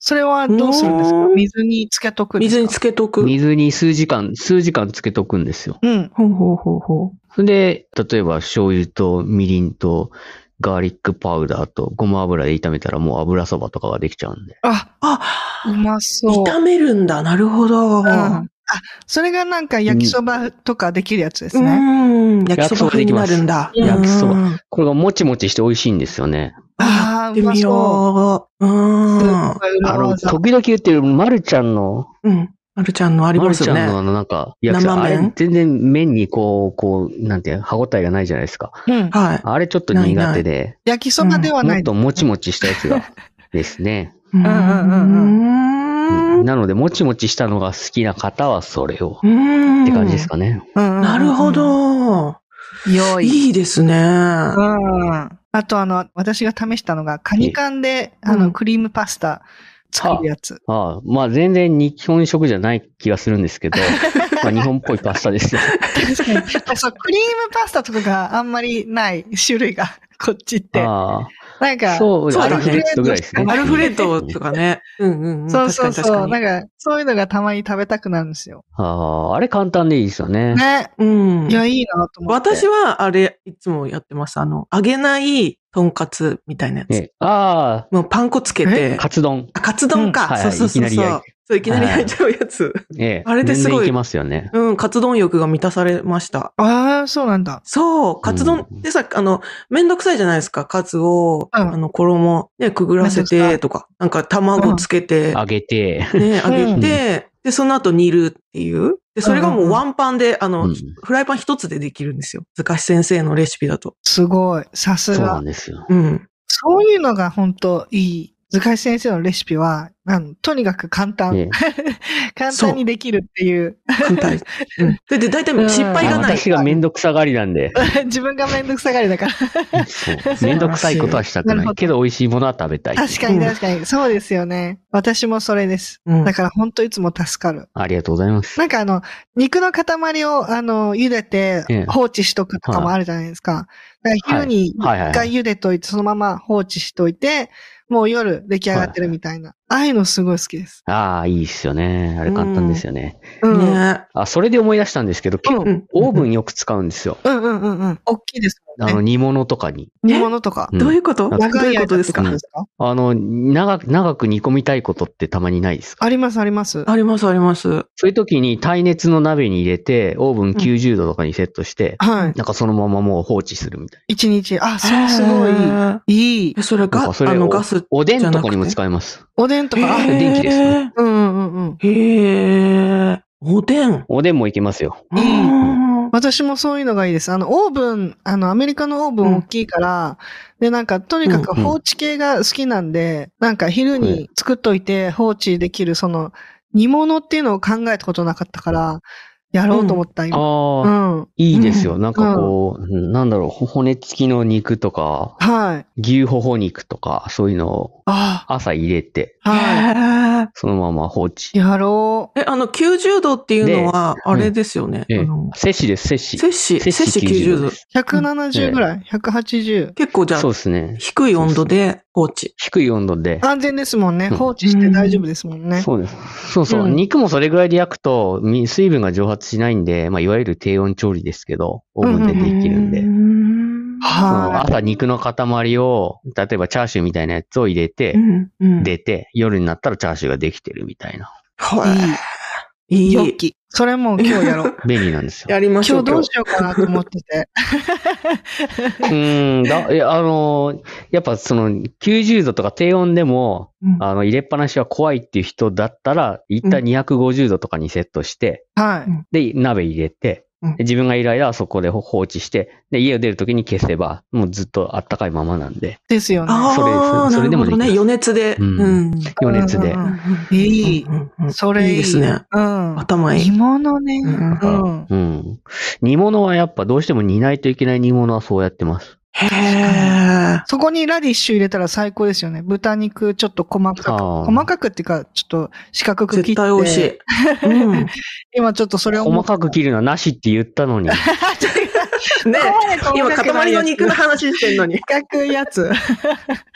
それはどうするんですか？ うん水につけとくんですか？ 水につけとく。 水に数時間、数時間つけとくんですよ。 うん。 ほうほうほうほう。 それで、例えば醤油とみりんとガーリックパウダーとごま油で炒めたらもう油そばとかができちゃうんで。 あ、 あ、 うまそう。 炒めるんだ。なるほど。 うん。あ、それがなんか焼きそばとかできるやつですうね。 ん。焼きそば風になるんだ。 焼きそばうんこれがもちもちして美味しいんですよね。 ああ、うまやってみそよう。うう。 ん。 すごいあの、 裏技。 時々言ってるまるちゃんの、 うん。まるちゃんのありまますよね。 るちゃんのあのなんか、焼きそば、あ生麺れ全然麺にこう、こう、なんて、歯応えがないじゃないですか。 うん。 はい。 あれちょっと苦手で、 焼きそばではない。 もっともちもちしたやつがですね。 うんうんうんうん。 なので、もちもちしたのが好きな方はそれを。 うん。 って感じですかね。 うんうんうん。 なるほど。 良い。 いいですね。 うん。あとあの、私が試したのが、カニ缶で、あの、 うんクリームパスタ作るやつ。 ああ、まあ全然日本食じゃない気がするんですけど、まあ日本っぽいパスタですよ。 確かに。そう、クリームパスタとかがあんまりない種類が、こっちって。 あなんか、 あ、そう、 そうだねアルフレッドぐらいですね。 アルフレッドとかね。うんうんうん。 そうそうそう。 確かに確かなんか、そういうのがたまに食べたくなるんですよ。 ああ、あれ簡単でいいですよね。 ね。 に。うん。 いや、いいなと思って。 私はあれ、いつもやってます。あの、揚げないとんかつみたいなやつ。 えあもうパン粉つけあ、 て。 カツ丼。 あ、カツ丼か。 うんはいそうそうそうそういきなり焼いて。 そう、いきなり焼いちゃうやつ。 ええ。 あれですごい全然いけますよね。 うん、カツ丼欲が満たされました。 ああ、そうなんだ。 そう、カツ丼ってさ、あの、めんどくさいじゃないですか。カツを、 うんあの、衣、ね、くぐらせめんどくさいて、とか、なんか卵つけて、 揚げて。 ね、揚げうんて、で、その後煮るっていう。で、それがもうワンパンで、あの、 うんフライパン一つでできるんですよ。塚橋先生のレシピだと。 すごい。さすがそうなん。ですよ。 うん。 そういうのが本当いい。塚橋先生のレシピは、あのとにかく簡単。 ええ簡単にできるっていう。 簡単。うん。で、で、大体失敗がない。 私がめんどくさがりなんで、 自分がめんどくさがりだから。 そうめんどくさいことはしたくなるほどない。けど美味しいものは食べたい。 確かに確かに。そうですよね。私もそれです。 うんだから本当いつも助かる。 ありがとうございます。 なんかあの、肉の塊をあの、茹でてええ放置しとくとかもあるじゃないですか。だから昼にはいはいはい一回茹でといて、そのまま放置しといて、もう夜出来上がってるみたいな。ああいうのすごい好きです。 ああ、いいっすよね。あれ簡単ですよね。 うん。うんね。 あ、それで思い出したんですけど、結構うんオーブンよく使うんですよ。 うんうんうん。大きいですもんね。 あの、煮物とかに。 煮物とか。 うんどういうことどう長いいうことですか間ってですか？ あの、長く、長く煮込みたいことってたまにないですか？ ありますあります。 ありますあります。 そういう時に耐熱の鍋に入れて、オーブンきゅうじゅうどとかにセットして、 はい。 なんかそのままもう放置するみたい一日。あ、それすごいへーいい。いいえ、。それな。なんが、 かそれあの、 をガス。 おでんとかにもじゃなくて使えます。 おでんとか。あ、 へ電気ですねうんうんうんうん。 へえ、おでん。 おでんもいけますよ。 いいうん私もそういうのがいいです。あの、オーブン、あの、アメリカのオーブン大きいから、で、なんか、とにかくうんうん放置系が好きなんで、なんか昼に作っといて放置できる、その、煮物っていうのを考えたことなかったから、やろうと思った、今。 ああ、 うん。 いいですよ。なんかこう、うんなんだろう、骨付きの肉とか、 はい。 牛ほほ肉とか、そういうのをあ朝入れて、 あ、はへえ。 そのまま放置。 い。やろう。 え、あの、きゅうじゅうどっていうのは、 であれですよね。 ええあの、 摂氏です、摂氏。 摂氏、摂氏きゅうじゅうどで。す。 ひゃくななじゅうぐらい ?ひゃくはちじゅう。 結構じゃあそう、ですね。 低い温度で放置。 低い温度で。 安全ですもんね。 うん放置して大丈夫ですもんね。 そうです。そうそう。 うん肉もそれぐらいで焼くと、み水分が蒸発しないんで、まあ、いわゆる低温調理ですけど、オーブンでできるんで。 うーんそのは朝肉の塊を、例えばチャーシューみたいなやつを入れてう、んうん出て、夜になったらチャーシューができてるみたいな。 い。いい。 いい。 良き。それもう今日やろう。 便利なんですよ。 やりましょう。 今日どうしようかなと思ってて。 うーん、だ、いや、あの、やっぱその、きゅうじゅうどとか低温でも、 うんあの、入れっぱなしは怖いっていう人だったら、一旦にひゃくごじゅうどとかにセットして、 はい。 で、鍋入れて、 うんで自分がいる間はそこで放置して、で、家を出るときに消せば、もうずっとあったかいままなんで、 ですよね。 あそれあ、 それでもできますなるほどね。余熱で。 うんうん。 余熱で。 うんうんいい。 うんうんそれいい。 いいですね。 うん。 頭いい煮物ね。 うんうん。 うん。煮物はやっぱどうしても煮ないといけない煮物はそうやってます。 へえ。 そこにラディッシュ入れたら最高ですよね。豚肉ちょっと細かく。 あー細かくっていうか、ちょっと四角く切って。 絶対美味しい。うん。 今ちょっとそれを思細かく切るのはなしって言ったのに。 ね今、塊の肉の話してんのに。 四角いやつ。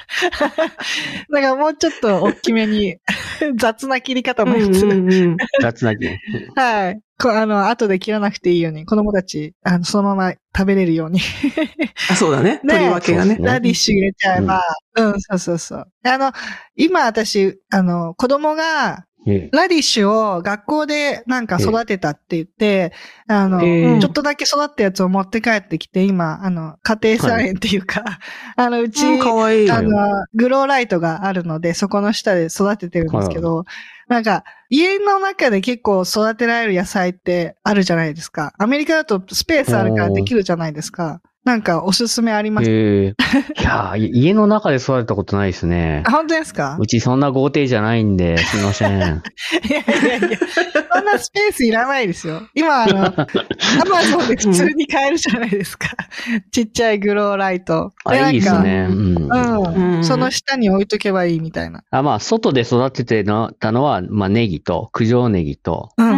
だからもうちょっと大きめに、雑な切り方のやつ。 うんうんうん、 雑な切り。 はい。こあの、後で切らなくていいように、子供たち、あの、そのまま食べれるように。 あ、そうだね。取り分けがね。 ラディッシュ入れちゃえば、うん、うん、そうそうそう。あの、今私、あの、子供が、ラディッシュを学校でなんか育てたって言って、あの、ちょっとだけ育ったやつを持って帰ってきて、今、あの、家庭菜園っていうか、はい、あの、うち、 うん、かわいい。 あの、グローライトがあるので、そこの下で育ててるんですけど、はい、なんか、家の中で結構育てられる野菜ってあるじゃないですか。アメリカだとスペースあるからできるじゃないですか。なんかおすすめありますか？ えー、いやー、家の中で育てたことないですね。 本当ですか？ うちそんな豪邸じゃないんで、すいません。いやいやいや、そんなスペースいらないですよ。今、あの、アマゾンで普通に買えるじゃないですか。ちっちゃいグローライト。 あ、いいですね。 うん。うん。その下に置いとけばいいみたいな。 あ、まあ、外で育ててたのは、まあ、ネギと、九条ネギと、 うん。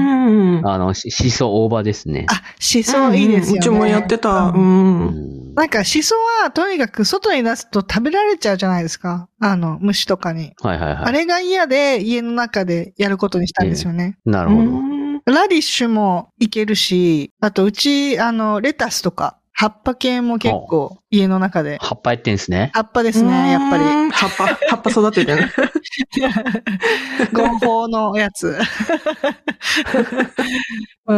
あの、し、しそ大葉ですね。 あ、しそいいですよね。 うちもやってた。うん。 なんか、シソは、とにかく外に出すと食べられちゃうじゃないですか。あの、虫とかに。 はいはいはい。 あれが嫌で、家の中でやることにしたんですよね。 えー、なるほど。 ラディッシュもいけるし、あと、うち、あの、レタスとか、葉っぱ系も結構、家の中で。 葉っぱやってんすね。 葉っぱですね、やっぱり。 葉っぱ、葉っぱ育ててる。 合法のやつ。うん、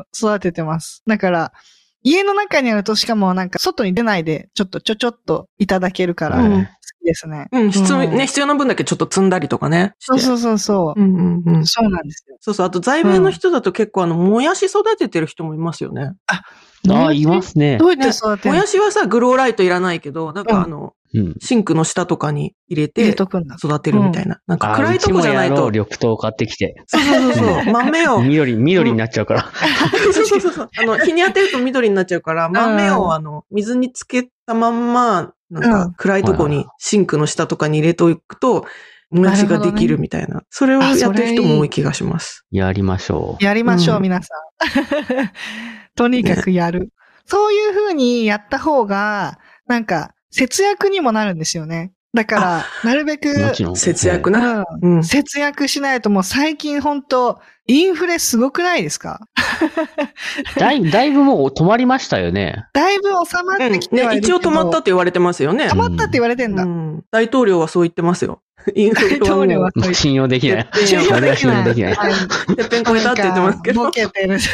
育ててます。だから、家の中にあるとしかもなんか外に出ないでちょっとちょちょっといただけるから好きですね。 うん、必要、ね、必要な分だけちょっと積んだりとかね。 そうそうそうそう。 うんうんうん。 そうなんですよ。 そうそう。あと在米の人だと結構あの、もやし育ててる人もいますよね。 あ、 ああ、いますね。 どうやって育てるの？ もやしはさ、グローライトいらないけど、なんかあの、うん、シンクの下とかに入れて育てるみたいな。うん、なんか暗いとこじゃないと。 うちもやろう、緑豆買ってきて。 そうそうそう。豆を。 緑、緑になっちゃうから。 そうそうそう。あの、日に当てると緑になっちゃうから、豆をあの、水につけたまんま、なんか暗いとこに、シンクの下とかに入れておくと、もやしができるみたいな。それをやってる人も多い気がします。 やりましょう。 やりましょう、皆さん。とにかくやる。そういう風にやった方が、なんか、節約にもなるんですよね。だから、なるべく、 節約な、 うんうん。節約しないともう最近本当インフレすごくないですか？ だい、だいぶもう止まりましたよね。 だいぶ収まってきてはいるけど、 うんね、一応止まったって言われてますよね。 止まったって言われてんだ。 うん、大統領はそう言ってますよ。インフレはもう信用できない。 信用できない。 できない。 てっぺん超えたって言ってますけど。 ボケてる。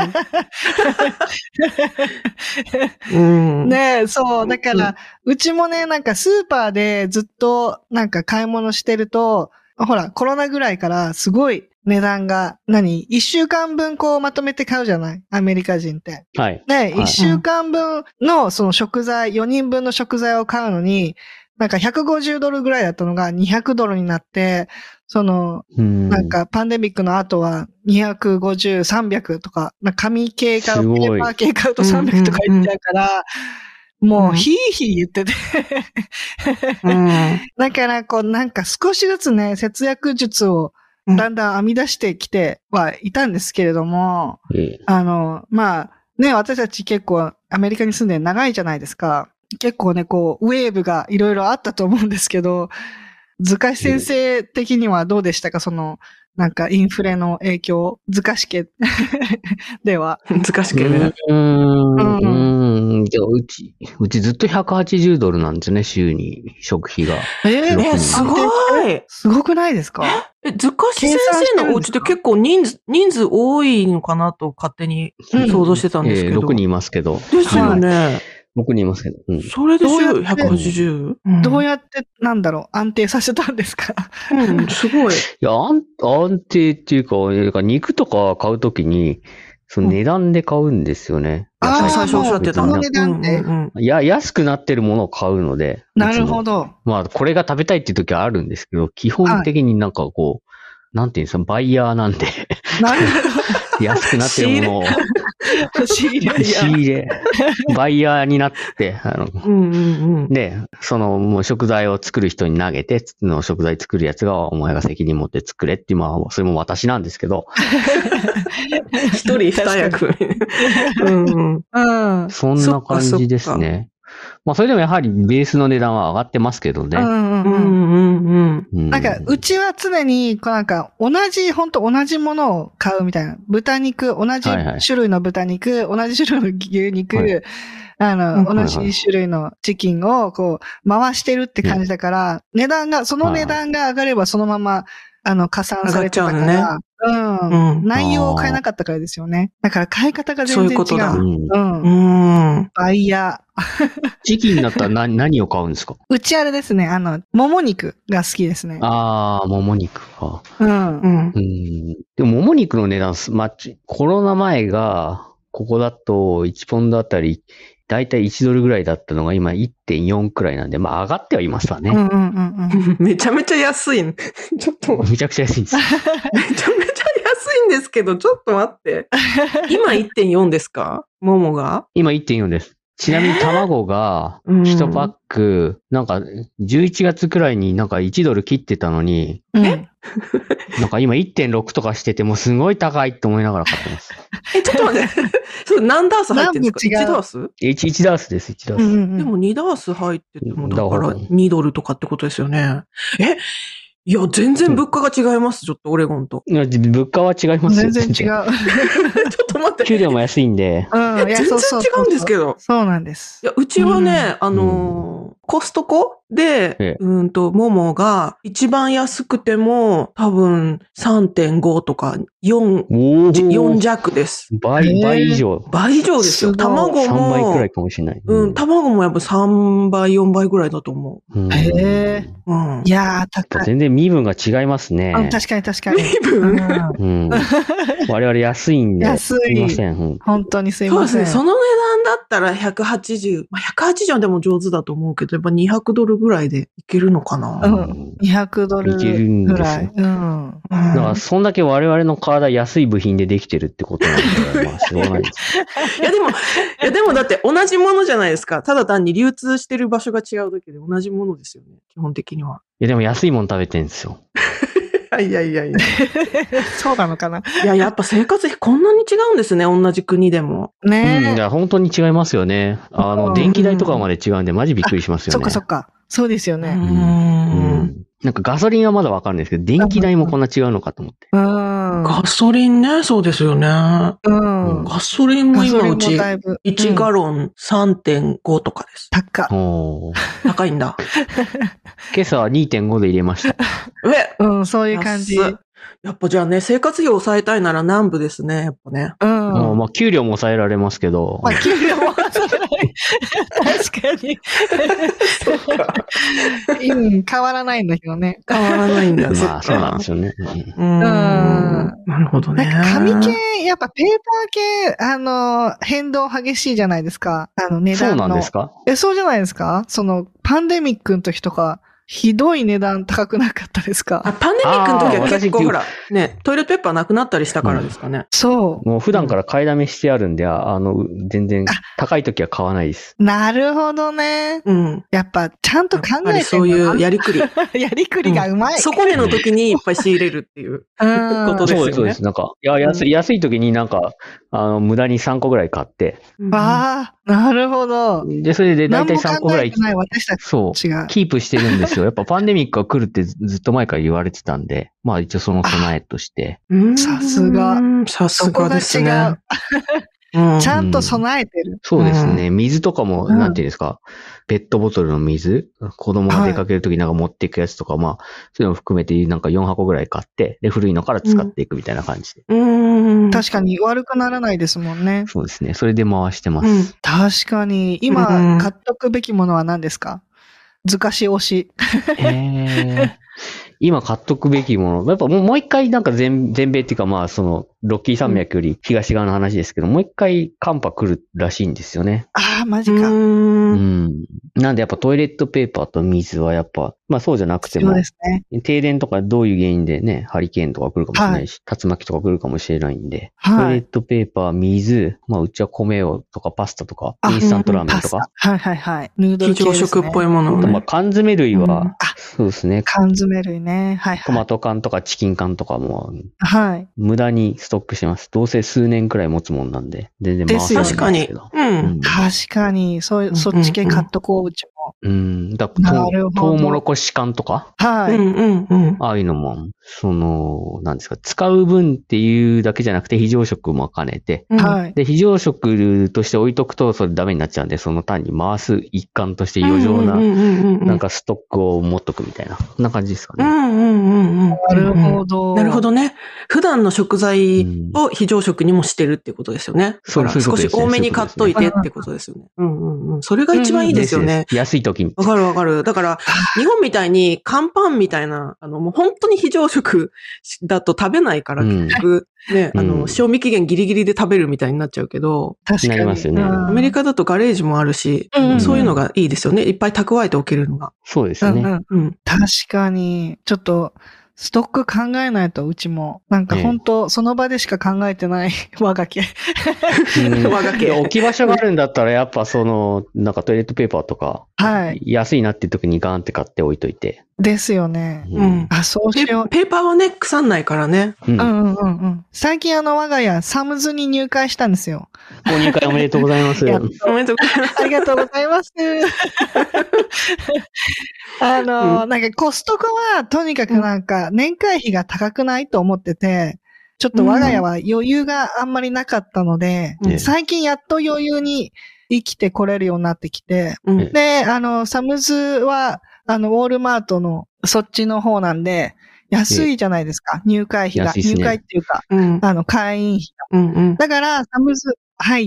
うん、 ねえ、そう。だから、うちもね、なんかスーパーでずっとなんか買い物してると、ほら、コロナぐらいからすごい値段が、何一週間分こうまとめて買うじゃないアメリカ人って。 はい。 で、一週間分のその食材、よにんぶんの食材を買うのに、なんかひゃくごじゅうドルぐらいだったのがにひゃくドルになって、その、なんかパンデミックの後はにひゃくごじゅう、さんびゃくとか、紙系買う、ペーパー系買うとさんびゃくとか言っちゃうから、もうヒーヒー言っててうん。だからこうなんか少しずつね、節約術をだんだん編み出してきてはいたんですけれども、うん、あの、まあ、ね、私たち結構アメリカに住んで長いじゃないですか。結構ね、こう、ウェーブがいろいろあったと思うんですけど、塚師先生的にはどうでしたか、その、なんかインフレの影響、塚師家では。 塚師家で。 うーん。うん。じゃあ、うち、うちずっとひゃくはちじゅうドルなんですね、週に、食費が。 えー、え、すごい。 すごくないですか？ え、塚師先生のお家って結構人数、人数多いのかなと勝手に想像してたんですけど。 うん、えー、ろくにんいますけど。 ですよね。はい、 ろくにんいますけど。うん、 それで週ひゃくはちじゅう。 どうやって、なんだろう、安定させたんですか？ うん、すごい。いや、安、安定っていうか、肉とか買うときに、その値段で買うんですよね。 うん、ああ、最初おっしゃってたの値段で、 うんうん。いや、安くなってるものを買うので。 なるほど。 まあ、これが食べたいっていう時はあるんですけど、基本的になんかこう、なんていうんですか、バイヤーなんで。 なるほど。安くなってるものを。 仕入れ。 仕入れ。バイヤーになって、あの、 うんうんうん、 で、その、もう食材を作る人に投げて、の食材作るやつが、お前が責任持って作れっていう、まあ、それも私なんですけど。 一人二役。 うんうん。 そんな感じですね。 まあそれでもやはりベースの値段は上がってますけどね。 うんうんうん。 うんうんうん。 なんか、うちは常に、こうなんか、同じ、本当同じものを買うみたいな。豚肉、同じはいはい種類の豚肉、同じ種類の牛肉、 はいあの、 うん同じ種類のチキンを、こう、回してるって感じだから、値段が、その値段が上がればそのまま、あの、加算されてたか上がら、うん、 うん内容を変えなかったからですよね。だから買い方が全然違う。 そういうことだうんうん。 うん。 バイヤー。 チキンだったら何、何を買うんですか？ うちあれですね、あの、もも肉が好きですね。 ああ、もも肉か。 うんう。んう。ん。でも、もも肉の値段す、まあ、ちコロナ前が、ここだといちポンドあたり、だいたいいちドルぐらいだったのが今 いってんよん くらいなんで、まあ上がってはいますわね。 うんうんうんうん。 めちゃめちゃ安い。ちょっと、めちゃめちゃくちゃ安いんです。 めちゃ安いんですけど、ちょっと待って。今 いってんよん ですか？ももが今 いってんよん です。ちなみに卵がうんいちパック、なんかじゅういちがつくらいになんかいちドル切ってたのに、 うんなんか今 いってんろく とかしててもうすごい高いって思いながら買ってます。 え、ちょっと待って。それ何ダース入ってるんですか？ 何も違ういち ダースいち、いちダースです、いちダース。 うんうんでもにダース入ってても、だかだかららにドルとかってことですよね。えいや、全然物価が違います。ちょっとオレゴンと。 いや物価は違いますよ。 全然違う。 ちょっと待って。 給料も安いんで。 うん。 いや、全然違うんですけど。 そうなんですい。や、うちはね、 うんあのー、コストコで、 ええうんと、ももが一番安くても多分 さんてんご とかよん、 おーよん弱です。 倍、 へー倍以上。 倍以上ですよ。 すごい卵さんばいくらもい、かもしれない。 うん、卵もやっぱさんばい、よんばいぐらいだと思うんへえ。 う。うん。 いやー、高い。 全然身分が違いますね。 うん確かに確かに。 身分うんうん。我々安いんで。 安いすいません。うん本当にすいそうですね。 ません。 その値段だったらひゃくはちじゅう、まあ、ひゃくはちじゅうはでも上手だと思うけど、やっぱにひゃくドルぐらいでいけるのかな。 うん。にひゃくドルいけるんですよぐらい。うん。 うんだから、そんだけ我々の体安い部品でできてるってことなんで、まあ、しょうがないです。 いやでも、いやでもだって同じものじゃないですか。ただ単に流通してる場所が違うだけで同じものですよね。基本的には。 いや、でも安いもの食べてるんですよ。 いやいやいや。 そうなのかないや、やっぱ生活費こんなに違うんですね。同じ国でも。 うん。いねえ。 や、本当に違いますよね。あの、 うん電気代とかまで違うんで、マジびっくりしますよね。 そっかそっか。そうですよう。 ね。 うんん。なんかガソリンはまだわかるんですけど、電気代もこんな違うのかと思って。 うん。 ガソリンね、そうですよね。 うん。 ガソリンも今うガソリンもちだいぶいちガロン さんてんご とかです。 高っ。 おー高いんだ。 今朝は にてんご で入れました。 えうん、そういう感じ。 安っやっぱじゃあね、生活費を抑えたいなら南部ですね、やっぱね。 うん。 もうまあ、給料も抑えられますけど。 まあ、給料もそれない。確かに。うん、変わらないんだけどね。 変わらないんだ。 まあ、そうなんですよね。うんうーん。 んなるほどね。 なんか紙系、やっぱペーパー系、あの、変動激しいじゃないですか。あの、値そう段の。 なんですか？ え、そうじゃないですか？その、パンデミックの時とか、ひどい値段高くなかったですあ、 か？ パンデミックの時は結構あーほら、ね、トイレットペーパーなくなったりしたからですかね。 そもう普段から買いだめしてあるんで、ああの、全然高い時は買わないです。 う。なるほどね。 うん。 やっぱ、ちゃんと考やっぱりえてそういうやり、 りくり。 やりくりがうまい。 そこでの時にいっぱい仕入れるっていううんことですよね。 そうです、そうです。なんか、いや、安い、安い時になんか、あの、無駄にさんこぐらい買って、 うんああ、なるほど。 で、それで大体さんこぐらい何も考えて、ない私たちそう、 違う。 キープしてるんですよ。やっぱパンデミックが来るってずずっと前から言われてたんで、まあ一応その備えとして。 うんさすが。 さすそこががです違うね。。うんちゃんと備えてる。 そうですね。水とかも、 うんなんていうんですか、ペットボトルの水、子供が出かけるときなんか持っていくやつとか、まあ、そういうのも含めてなんかよんはこぐらい買って、で、古いのから使っていくみたいな感じで。 うん。 確かに悪くならないですもんね。 そうですね。それで回してまうんす。 確かに。 うん今、買っとくべきものは何ですか？ずかし推し。 へー今買っとくべきもの。やっぱもうもう一回なんか全、全米っていうかまあその、ロッキー山脈より東側の話ですけど、もう一回寒波来るらしいんですよね。 ああ、マジう。 か。 うんん。なんでやっぱトイレットペーパーと水はやっぱ、まあそうじゃなくてもそうで、すね。 停電とかどういう原因でね、ハリケーンとか来るかもしれないし、竜巻とか来るかもしれないんで、トイレッはい。 トペーパー、水、まあうちは米をとかパスタとか、 あインスタントラーメンとか、 パスタはいはいはい。ヌードル非系ですね。 常食っぽいものをあとまあね。 缶詰類うんは、 そうですね。 缶詰類ね。はい、はい。 トマト缶とかチキン缶とかも、 はい。 無駄にストックしてます。どうせ数年くらい持つもんなんで、全然回せないんですけど。 確かに。うん。 確かに、そういう、そっち系買っとこう、うちも。 うん。だとなるほど。 トウモロコシ缶とかはい。 うんうんうん。 ああいうのも、その、なんですか、使う分っていうだけじゃなくて非常食も兼ねて、 はい。 で、非常食として置いとくとそれダメになっちゃうんで、その単に回す一環として余剰な、なんかストックを持っとくみたいな、そんな感じですかね。 うんうんうんうん。 なるほど。 なるほどね。普段の食材を非常食にもしてるってことですよね。 そうですね。 少し多めに買っといてってことですよね。うんうんうん。それが一番いいですよね。 安い時に。 わかるわかる。だから、日本みたいに乾パンみたいな、あの、もう本当に非常食だと食べないから、結局、ね、あの、賞味期限ギリギリで食べるみたいになっちゃうけど。 確かに。 なりますよね。 アメリカだとガレージもあるし、そういうのがいいですよね。いっぱい蓄えておけるのが。 そうですね。 うん、確かに、ちょっと、ストック考えないと、うちも。なんか本当、その場でしか考えてない我が家。 我が家。 置き場所があるんだったら、やっぱその、なんかトイレットペーパーとか、 はい。 安いなっていう時にガーンって買って置いといて。 ですよね。 うん。 あ、そうしよう。 ペーパーはね、腐んないからね。 うんうんうんうん。最近あの我が家、サムズに入会したんですよ。 ご入会おめでとうございます。 おめでとうございます。 ありがとうございます。あの、うん、なんかコストコはとにかくなんか年会費が高くないと思ってて、ちょっと我が家は余裕があんまりなかったので、うん、最近やっと余裕に生きてこれるようになってきて、うん、で、あの、サムズは、あの、ウォールマートのそっちの方なんで、安いじゃないですか、入会費が。ね、入会っていうか、うん、あの、会員費が。うんうん、だから、サムズ入って、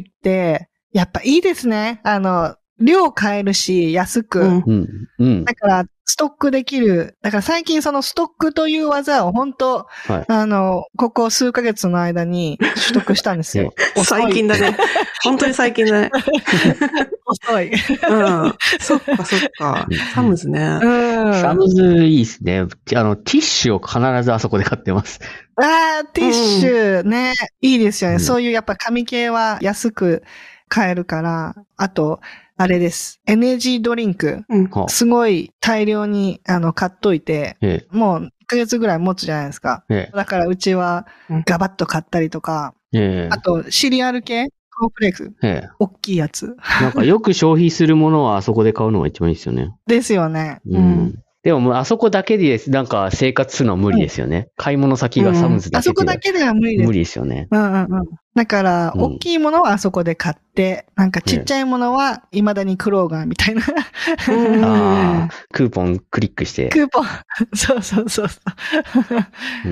やっぱいいですね。あの、量買えるし、安く。うんうん、だから、ストックできる。だから最近そのストックという技を本当、はい、あの、ここ数ヶ月の間に取得したんですよ。 最近だね。本当に最近だね。 遅い。うん。 そっかそっか。サムズね。 うん。サムズいいですね。あの、ティッシュを必ずあそこで買ってます。 ああ、ティッシュね。うん、いいですよね、うん。そういうやっぱ紙系は安く買えるから。あと、あれです。エネルギードリンク。うん、すごい大量にあの買っといて、ええ、もういっかげつぐらい持つじゃないですか。ええ、だからうちはガバッと買ったりとか、ええ、あとシリアル系、コーンフレーク、ええ、大きいやつ。 なんかよく消費するものはあそこで買うのが一番いいですよね。 ですよね。 うん。うんでももうあそこだけでなんか生活するのは無理ですよね。うん、買い物先がサムズだけで、うん。あそこだけでは無理です。 無理ですよね。 うんうんうん。だから、うん、大きいものはあそこで買って、なんかちっちゃいものは未だにクローガーみたいな。 うん、ああ、クーポンクリックして。 クーポン。そうそうそうそう、うん。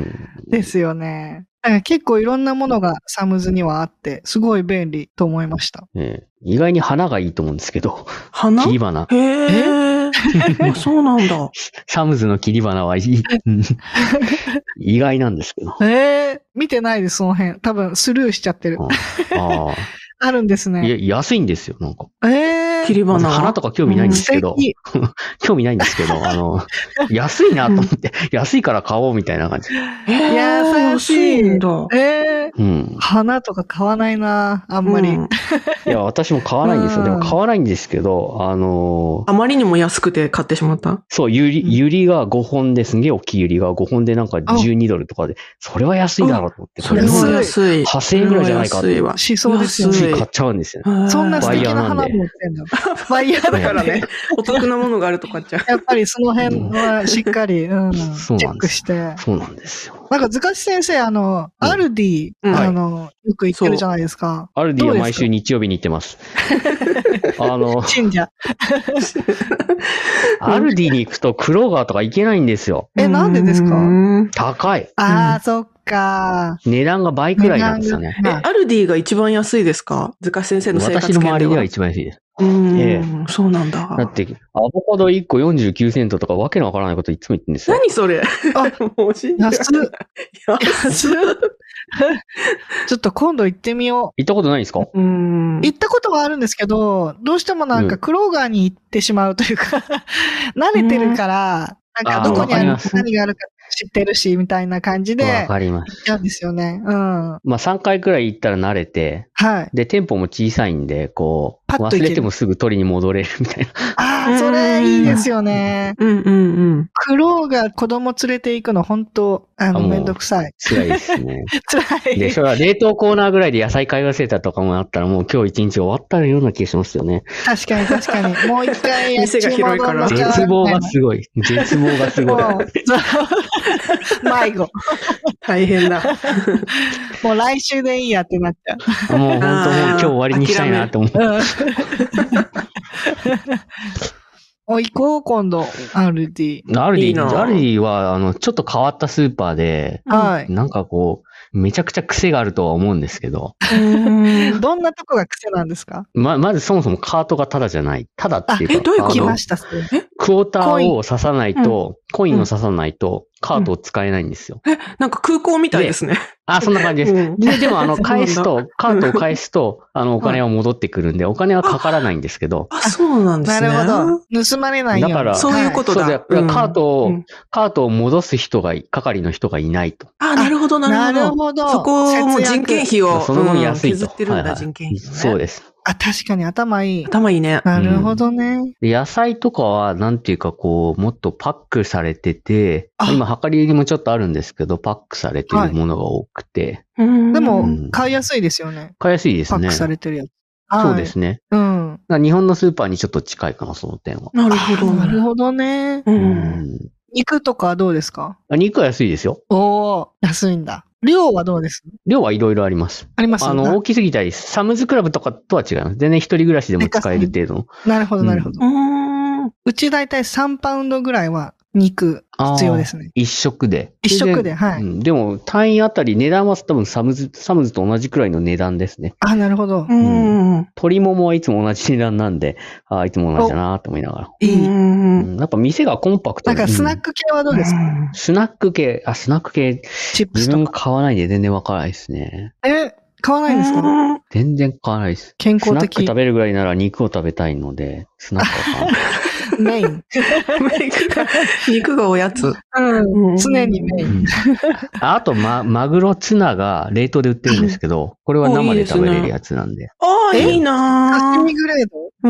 ですよね。結構いろんなものがサムズにはあって、すごい便利と思いました。 ええ、意外に花がいいと思うんですけど。 花？ 切り花。 へえ。そうなんだ。 サムズの切り花はいい。意外なんですけど。 ええ、見てないです、その辺。多分スルーしちゃってる。ああ。あるんですね。 いや、安いんですよ、なんか。 ええー。 切り花。 花とか興味ないんですけど。興味ないんですけど、あの、安いなと思って、安いから買おうみたいな感じ。 えー、優しいんだ。ええー。うん。花とか買わないな、あんまり。うん、 いや、私も買わないんですよ。でも買わないんですけど、あのー、 あまりにも安くて買ってしまった？ そう、ゆり、ゆりがごほんですんげえ大きいゆりがごほんでなんかじゅうにドルとかで、それは安いだろうと思って。 それは安い。 はっせんえんぐらいじゃないかって。 安いわ。しそうですよね。 買っちゃうんですよね。 そんな素敵な花も売ってんだ。 バイヤーだからね。お得なものがあると買っちゃう。 やっぱりその辺はしっかり、うん、チェックして。 そうなんですよ。 なんか、塚地先生、あの、うん、アルディ、あの、よく行ってるじゃないですか。 アルディは毎週日曜日に行ってます。あの、 信者。 アルディに行くとクローガーとか行けないんですよ。 え、なんでですか？ 高い。 ああ、そっか。 値段が倍くらいなんですよね。 え、アルディが一番安いですか？塚地先生の生活圏では。 私の周りでは一番安いです。 うん、ええ、そうなんだ。 だって、アボカドいっこよんじゅうきゅうセントとかわけのわからないこといつも言ってるんですよ。 何それ？あ、もう信じられない。 安っ。ちょっと今度行ってみよう。 行ったことないですか？ うん。行ったことはあるんですけど、どうしてもなんかクローガーに行ってしまうというか、慣れてるから、なんかどこにある何があるか知ってるし、みたいな感じで。 わかります。 行っちゃうんですよね。うん。 まあさんかいくらい行ったら慣れて、 はい。 で、店舗も小さいんで、こう、忘れてもすぐ取りに戻れるみたいな。 ああ、それいいですよね。 うんうんうん。 苦労が子供連れて行くの本当、あの、めんどくさい。 辛いですね。 辛い。 で、それは冷凍コーナーぐらいで野菜買い忘れたとかもあったらもう今日一日終わったような気がしますよね。 確かに確かに。もう一回店が広いから。 絶望がすごい。絶望がすごい。 迷子。 大変だ。 もう来週でいいやってなっちゃう。もう本当もう今日終わりにしたいなと思って。 お、行こう、今度。アールディー。 アールディー、アールディーは、あの、ちょっと変わったスーパーで、 はい。 なんかこう、めちゃくちゃ癖があるとは思うんですけど。 どんなとこが癖なんですか？ ま、まずそもそもカートがタダじゃない。タダっていうか。 え、どういうこと？ 来ました。 え？クォーターを刺さないと、コインを刺さないと、カートを使えないんですよ。 え、なんか空港みたいですね。 あ、そんな感じです。うん、で、でもあの、返すと、カートを返すと、あの、お金は戻ってくるんで、お金はかからないんですけど。 あ、そうなんですね。 なるほど。盗まれないように。 だから、 そういうことだ。 そうだ、うん、カートを、うん、カートを戻す人が、係の人がいないと。 あ、なるほど、なるほど。 なるほど。 そこも人件費を、 その分安いと。 削ってるんだ、はいはい、人件費、ね。 そうです。 あ、確かに頭いい。 頭いいね。 なるほどね。 うん、野菜とかは、なんていうかこう、もっとパックされてて、今、量り売りもちょっとあるんですけど、パックされてるものが多くて。 はい、でも、買いやすいですよね。 買いやすいですね。 パックされてるやつ。 そうですね。 うん。 日本のスーパーにちょっと近いかな、その点は。 なるほど。 なるほどね。 うん。 肉とかはどうですか？ 肉は安いですよ。 おー、安いんだ。量はどうです？ 量はいろいろあります。 あります。 あの、大きすぎたり、サムズクラブとかとは違います。全然一人暮らしでも使える程度の。 なるほど、なるほど。うん。うちだいたいさんパウンドぐらいは肉必要ですね。 一食で。 一食で、はい、 うん。でも、単位あたり値段は多分サムズ、サムズと同じくらいの値段ですね。 あ、なるほど。 うん。鶏ももはいつも同じ値段なんで、あいつも同じだなと思いながら。 いい。うん。 やっぱ店がコンパクトなんかスナック系はどうですか？うん、 スナック系、あ、スナック系、チップスとか自分買わないで全然わからないですね。 え買わないんですか？ 全然買わないです。 健康的。 スナック食べるぐらいなら肉を食べたいので、スナックは買わない。 メイン。 肉が、肉がおやつ。 うん。常にメイン。うん、 あと、ま、マグロツナが冷凍で売ってるんですけど、これは生で食べれるやつなんで。 ああ、いいなぁ。 刺身グレード？ うん。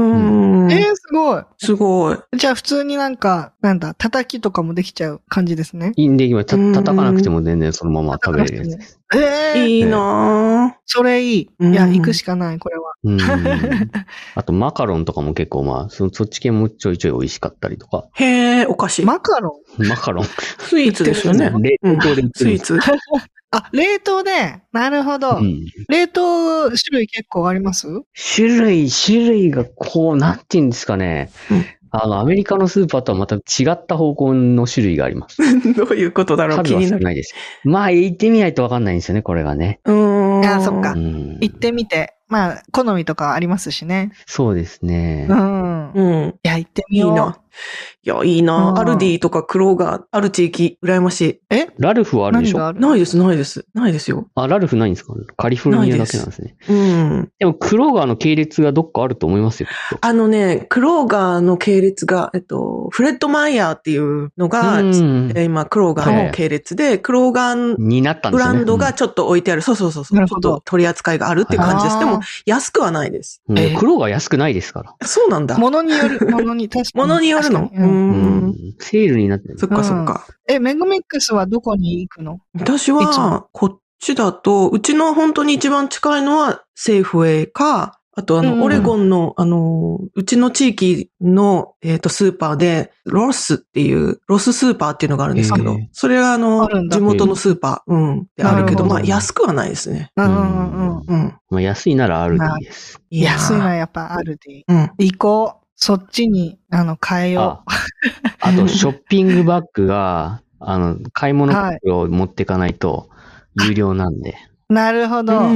えー、すごい。 すごい。 じゃあ普通になんか、なんだ、叩きとかもできちゃう感じですね。 いいんで、今、た、叩かなくても全然そのまま食べれるやつです。 えー、いいなぁ。 それいい。いや、行くしかない、これは。 うん。あと、マカロンとかも結構まあ、そ、そっち系もちょいちょい美味しかったりとか。 へー、お菓子。 マカロンマカロン。 スイーツですよね。 冷凍で売ってる、 うん。スイーツ。 あ、冷凍で、なるほど。うん、冷凍種類結構あります？ 種類、種類がこう、なんて言うんですかね。うんあの、アメリカのスーパーとはまた違った方向の種類があります。 どういうことだろう？ 数は少ないです。まあ、行ってみないとわかんないんですよね、これがね。 うーん。あ、そっか。行ってみて。まあ、好みとかありますしね。 そうですね。 うん。うん。いや、行ってみよう。 いいな。いや、いいな、うん。アルディとかクローガー、ある地域、羨ましい。 えラルフはあるでしょ？ ないです、ないです。ないですよ。 あ、ラルフないんですか？カリフォルニアだけなんですね。 うん。 でも、クローガーの系列がどっかあると思いますよ。 あのね、クローガーの系列が、えっと、フレッドマイヤーっていうのが、うん、今、クローガーの系列で、はい、クローガーになったんですね。ブランドがちょっと置いてある。うん、そうそうそうそう。ちょっと取り扱いがあるっていう感じです。でも、安くはないです。 うん、クローガー安くないですから。 そうなんだ。 ものによる、ものに、確かに。 ものによるの。 うん。 うん、セールになってる。 そっかそっか。 え、メグミックスはどこに行くの？ 私は、こっちだと、うちの本当に一番近いのは、セーフウェイか、あとあの、うん、オレゴンの、あの、うちの地域の、えっと、スーパーで、ロスっていう、ロススーパーっていうのがあるんですけど、それがあの、地元のスーパー、うん、であるけど、まあ、安くはないですね。 うんうんうん。 まあ、安いならアルディです。 安いならやっぱアルディ。うん。行こう。そっちに、あの、変えよう。 あ, あと、ショッピングバッグが、あの、買い物を持っていかないと、有料なんで。 なるほど。 うん。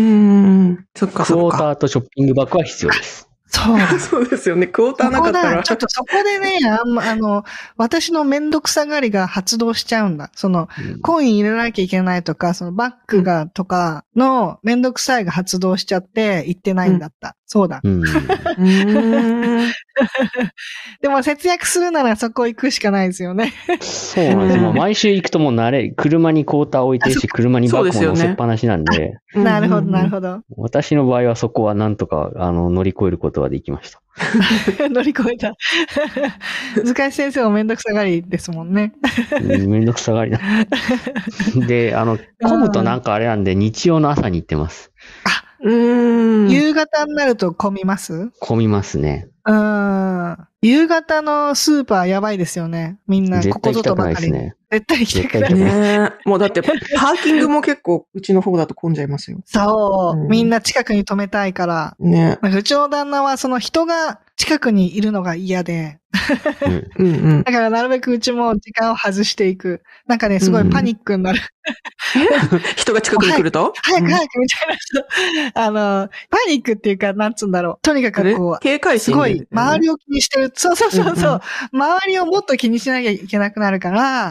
そっかそっか。 クォーターとショッピングバッグは必要です。 そう。 そうですよね。クォーターなかったら。 ちょっとそこでね、あんま、あの、私のめんどくさがりが発動しちゃうんだ。その、うん、コイン入れなきゃいけないとか、そのバッグがとかのめんどくさいが発動しちゃって行ってないんだった。 そうだ。 うん。 うーん。 でも節約するならそこ行くしかないですよね。 そうなんです。もう毎週行くともう慣れ、車にクォーター置いてるし、車にバッグも乗せっぱなしなんで。 なるほど、なるほど。 私の場合はそこはなんとか、あの、乗り越えることができました。 乗り越えた。塚地先生もめんどくさがりですもんね。 めんどくさがりな。で、あの、混むとなんかあれなんで、日曜の朝に行ってます。 あ、 うーん。 夕方になると混みます？ 混みますね。 うーん。夕方のスーパーやばいですよね。みんな、ここぞとばかり。絶対行きたくないですね。 ねもうだって、パーキングも結構、うちの方だと混んじゃいますよ。 そう、 うん。 みんな近くに止めたいから。 ね。 なんかうちの旦那は、その人が近くにいるのが嫌で。 うんうん、 だからなるべくうちも時間を外していく。なんかね、すごいパニックになる。 うん、人が近くに来ると早く早くみたいな人。あの、パニックっていうか、なんつうんだろう。とにかくこう、 警戒心、 すごい、周りを気にしてる。そうそうそうそう、うんうん。周りをもっと気にしなきゃいけなくなるから、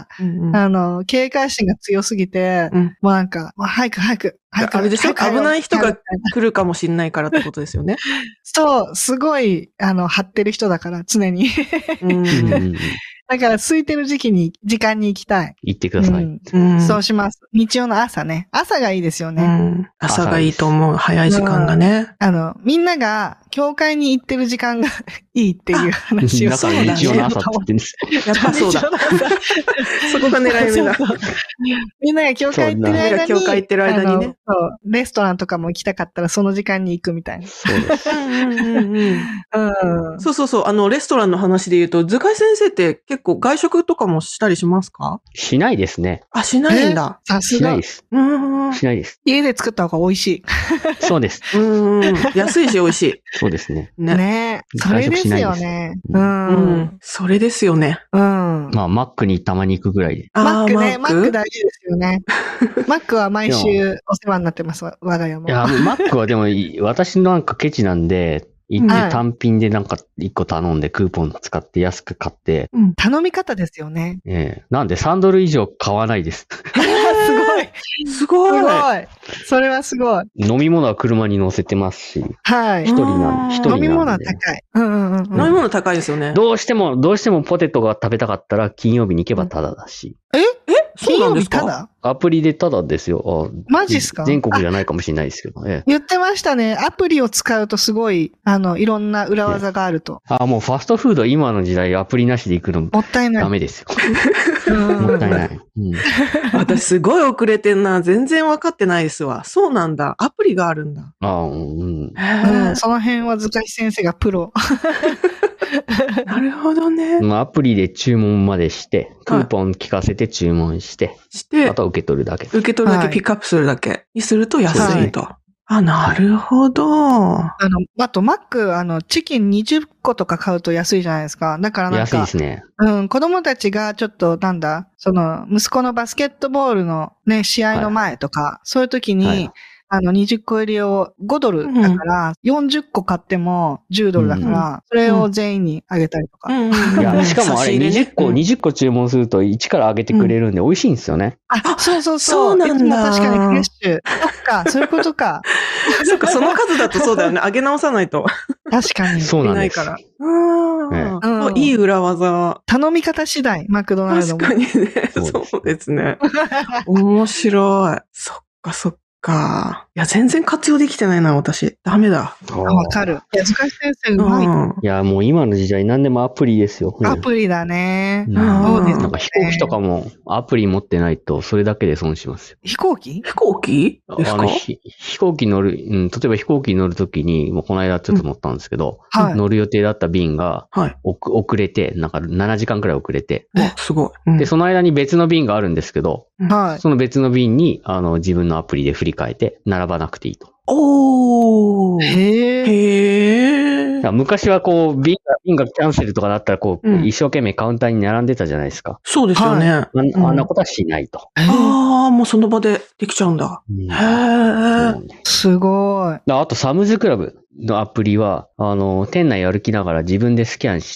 うんうん、あの、警戒心が強すぎて、うん、もうなんか、もう早く早く。 あれでしょ、危ない人が来るかもしれないからってことですよね。 そう、すごい、あの、張ってる人だから、常に。 うんだから、空いてる時期に、時間に行きたい。 行ってください、 うん。そうします。日曜の朝ね。朝がいいですよね。うん、 朝がいいと思う。早い時間がね。 あの、みんなが、教会に行ってる時間がいいっていう話をする。だから日曜の朝って言ってんですやっぱそうだ。そこが狙い目だ。 そうそうみんなが教会行ってる間に、 教会行ってる間にね。 そう。レストランとかも行きたかったらその時間に行くみたいな。 そうです。 うん、 そうそうそう。あの、レストランの話で言うと、塚井先生って結構外食とかもしたりしますか？ しないですね。 あ、しないんだ。 さすが。 しないです。 うん。 しないです。 家で作った方が美味しい。 そうです。 うん。安いし美味しい。 そうですね。 ね。ねそれですよね。 うん、うん。 それですよね。 うん。 まあ、マックにたまに行くぐらいで。 マックね、マック大事ですよね。マックは毎週お世話になってます、我が家も。 いや、マックはでも、私のなんかケチなんで、行って単品でなんか一個頼んでクーポン使って安く買って。 うん、頼み方ですよね。 ええ。なんでさんドル以上買わないです。 すごい。 すごい。 すごい。それはすごい。 飲み物は車に乗せてますし。 はい。 一人なんで。一人なんで。 飲み物は高い。うんうんうん。 飲み物高いですよね。 どうしても、どうしてもポテトが食べたかったら金曜日に行けばタダだし。 ええそうなんですか？ 金曜日タダ？ アプリでタダですよ。 マジっすか？ 全国じゃないかもしれないですけどね。 言ってましたね。アプリを使うとすごい、あの、いろんな裏技があると。 あ、もうファストフード今の時代アプリなしで行くのもったいない。 ダメですよ。もったいない。うん、 私すごい遅れてんな。全然分かってないですわ。そうなんだ。アプリがあるんだ。 あうん、 うん。その辺は塚地先生がプロ。 なるほどね。 まあ、アプリで注文までして、クーポン聞かせて注文して、 して、 あとは受け取るだけ。 受け取るだけ、ピックアップするだけにすると安いと。はい、あ、なるほど。 あの、あと、マック、あの、チキンにじゅっことか買うと安いじゃないですか。だからなんか。 安いですね。 うん、子供たちがちょっと、なんだ、その、息子のバスケットボールのね、試合の前とか、はい、そういう時に、はい、あの、にじゅっこ入りをごドルだから、よんじゅっこ買ってもじゅうドルだから、それを全員にあげたりとか。 いや、しかもあれにじゅっこ、にじゅっこ注文するといちからあげてくれるんで美味しいんですよね。 あ、そうそうそう。 そうなんだ。 確かにフレッシュ。そっか、そういうことか。 そっか、その数だとそうだよね。あげ直さないと。 確かに。 そうなんです。 いないから。うん。いい裏技。 頼み方次第、マクドナルドも。 確かにね。そうですね。面白い。そっか、そっか。か。いや、全然活用できてないな、私。ダメだ。 わかる。いや、塚地先生うまい、うん。 いや、もう今の時代何でもアプリですよ。 アプリだね。 うん、そうですね。なんか飛行機とかもアプリ持ってないと、それだけで損しますよ。 飛行機飛行機ですか？ あの飛行機乗る、うん、例えば飛行機に乗るときに、もうこの間ちょっと乗ったんですけど、うんはい、乗る予定だった便が、はい、遅れて、なんかななじかんくらい遅れて。 すごい、 うん。で、その間に別の便があるんですけど、はい、その別の便に、あの、自分のアプリで振り替えて、並ばなくていいと。 おー。 へー。 へー。 昔はこう、便が、便がキャンセルとかだったら、こう、うん、一生懸命カウンターに並んでたじゃないですか。 そうですよね。 はい、あ, あんなことはしないと。 うん、ああ、もうその場でできちゃうんだ。うん、へー。 すごい。 あと、サムズクラブのアプリは、あの、店内歩きながら自分でスキャンして、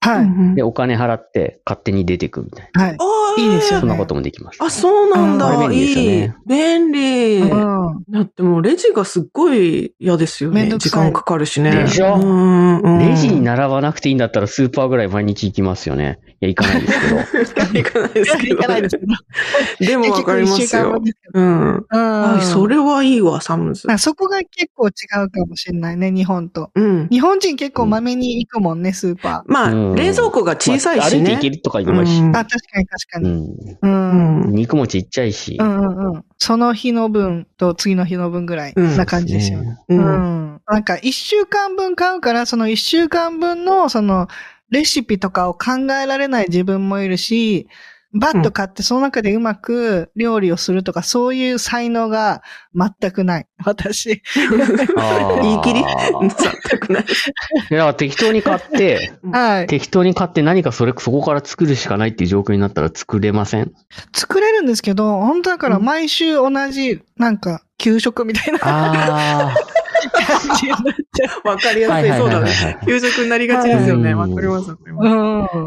はい。 で、お金払って勝手に出てくみたいな。 はい。いいですよね。 そんなこともできます。 あ、そうなんだ。 うん、便利ですよね。 便利。 うん。 だってもうレジがすっごい嫌ですよね。時間かかるしね。 でしょ、 うんうん、 レジに並ばなくていいんだったらスーパーぐらい毎日行きますよね。いや、行かないですけど。 行かないですけど。 行かないですけど。 でもわかりますよ。うん。うん。あ、それはいいわ、サムズ。 そこが結構違うかもしれないね、日本と。 うん。 日本人結構まめに行くもんね、スーパー。 まあ、冷蔵庫が小さいしね。 歩いて行けるとか言いますし。 あ、確かに確かに。うん。 肉もちっちゃいし。 うんうんうん。その日の分と次の日の分ぐらいな感じですよね。うん。なんか一週間分買うから、その一週間分のそのレシピとかを考えられない自分もいるし、バッと買ってその中でうまく料理をするとか、そういう才能が全くない。私。 言い切り全くない。 いや、適当に買って、はい、適当に買って何かそれ、そこから作るしかないっていう状況になったら作れません？ 作れるんですけど、本当だから毎週同じ、なんか、給食みたいな。 あ感じになっちゃう。わかりやすい。そうだね。給食になりがちですよね。わかります、わかります。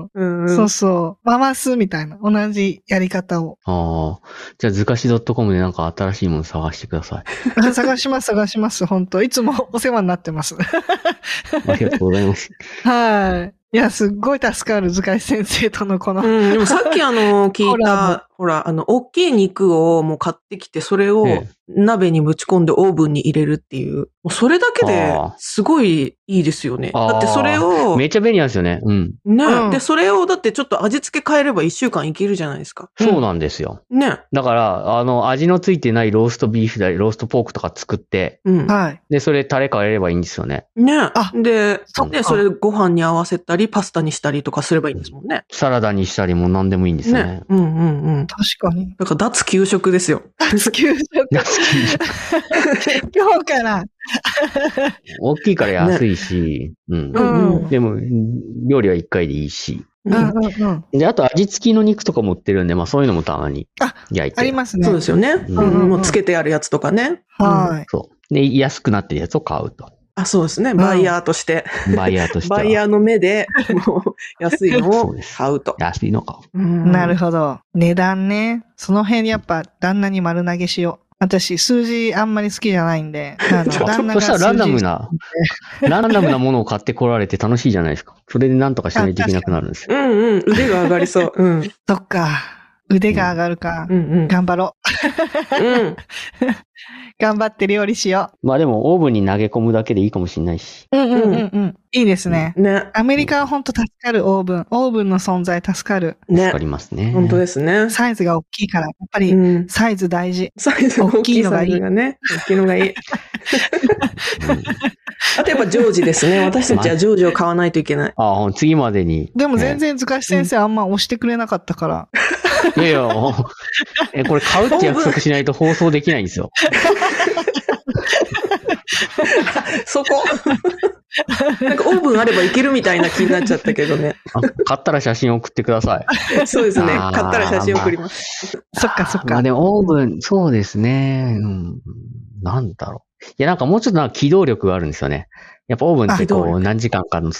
うん。そうそう。回すみたいな。同じやり方を。 ああ。じゃあ、ずかし .com でなんか新しいもの探してください。探します、探します。本当いつもお世話になってます。 ありがとうございます。 はい。いや、すっごい助かる、塚地先生とのこの。 うん、でもさっきあの、聞いた、ほら、あの、大きい肉をもう買ってきて、それを鍋にぶち込んでオーブンに入れるっていう。もうそれだけですごいいいですよね。だってそれを。 めっちゃ便利なんですよね。うん。 ね、うん。で、それをだってちょっと味付け変えれば一週間いけるじゃないですか。 そうなんですよ。 ね。 だから、あの、味のついてないローストビーフだり、ローストポークとか作って、 うん。はい。 で、それタレ変えればいいんですよね。 ね。あ、で、で、それご飯に合わせたり、パスタにしたりとかすればいいんですもんね。 サラダにしたりも何でもいいんですよね。ね。 うんうんうん。 確かに。 だから脱給食ですよ。 脱給食。 脱給食。 今日から。 大きいから安いし、ね、うん。うん。でも、料理はいっかいでいいし。 うんうんうん。 で、あと味付きの肉とかも売ってるんで、まあそういうのもたまに焼いて。 あ、ありますね。 そうですよね。うん。うん、もうつけてあるやつとかね。 はい。 そう。で、安くなってるやつを買うと。 あ、そうですね。バイヤーとして。 バイヤーとして。 バイヤーの目で、もう、安いのを買うと。 安いの買う。 なるほど。値段ね。その辺やっぱ旦那に丸投げしよう。私、数字あんまり好きじゃないんで。あの旦那がそしたらランダムな、ランダムなものを買ってこられて楽しいじゃないですか。それで何とかしないといけなくなるんですよ。 うんうん。腕が上がりそう。うん。 そっか。腕が上がるか。 うんうん、 頑張ろう。うん。頑張って料理しよう。まあでもオーブンに投げ込むだけでいいかもしれないし。 うんうんうんうん。いいですね。 ね。 アメリカは本当助かるオーブン。オーブンの存在助かる。 ね。助かりますね。 本当ですね。 サイズが大きいから、やっぱりサイズ大事。 うん、サイズが大きいのがいい。ね。大きいのがいい。あとやっぱジョージですね。私たちはジョージを買わないといけない。 ああ、次までに。 でも全然塚地先生あんま押してくれなかったから。 いやいや、え、これ買うって約束しないと放送できないんですよ。 そこなんかオーブンあればいけるみたいな気になっちゃったけどね。 買ったら写真送ってください。そうですね。買ったら写真送ります。 まあ、そっかそっか。 まあでもオーブン、そうですね。うん。なんだろう。いやなんかもうちょっとなんか機動力があるんですよね。やっぱオーブンってこう何時間かの、うん、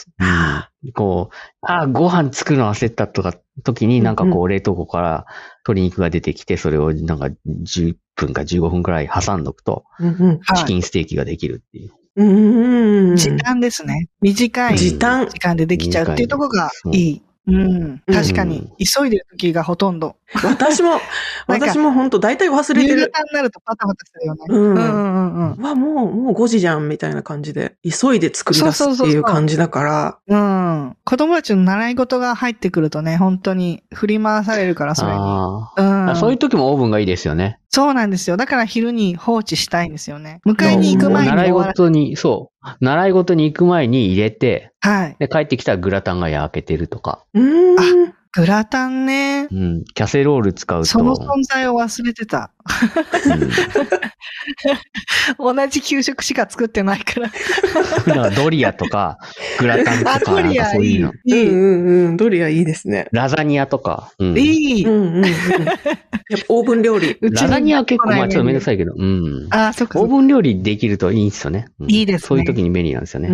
こう、ああ、ご飯作るの焦ったとか、時になんかこう冷凍庫から鶏肉が出てきて、それをなんかじゅっぷんかじゅうごふんくらい挟んどくと、チキンステーキができるっていう。 うん、 時短ですね。短い時間でできちゃうっていうところがいい。うん。確かに、急いでる時がほとんど。 私も、私も本当大体忘れてる。 夕方になるとパタパタするよね。 うん。うんうんうん。わ、もう、もうごじじゃん、みたいな感じで。急いで作り出すっていう感じだから。 うん。子供たちの習い事が入ってくるとね、本当に振り回されるから、それに。 うん。そういう時もオーブンがいいですよね。 そうなんですよ。だから昼に放置したいんですよね。迎えに行く前に。 習い事に、そう。習い事に行く前に入れて、 はい。 で、帰ってきたらグラタンが焼けてるとか。 うん。あ、グラタンね。 うん。キャセロール使うと。 その存在を忘れてた。 うん、同じ給食しか作ってないから。 なんかドリアとか、グラタンとか、 ドリアそういうの。 いい。うんうんうん。ドリアいいですね。 ラザニアとか。 うん、いい。 うんうんうん。やっぱオーブン料理。 ラザニアは結構、まあちょっとめんどくさいけど。うん。 あ、そっか。 オーブン料理できるといいんですよね。 うん、いいですね。 そういう時に便利なんですよね。うん。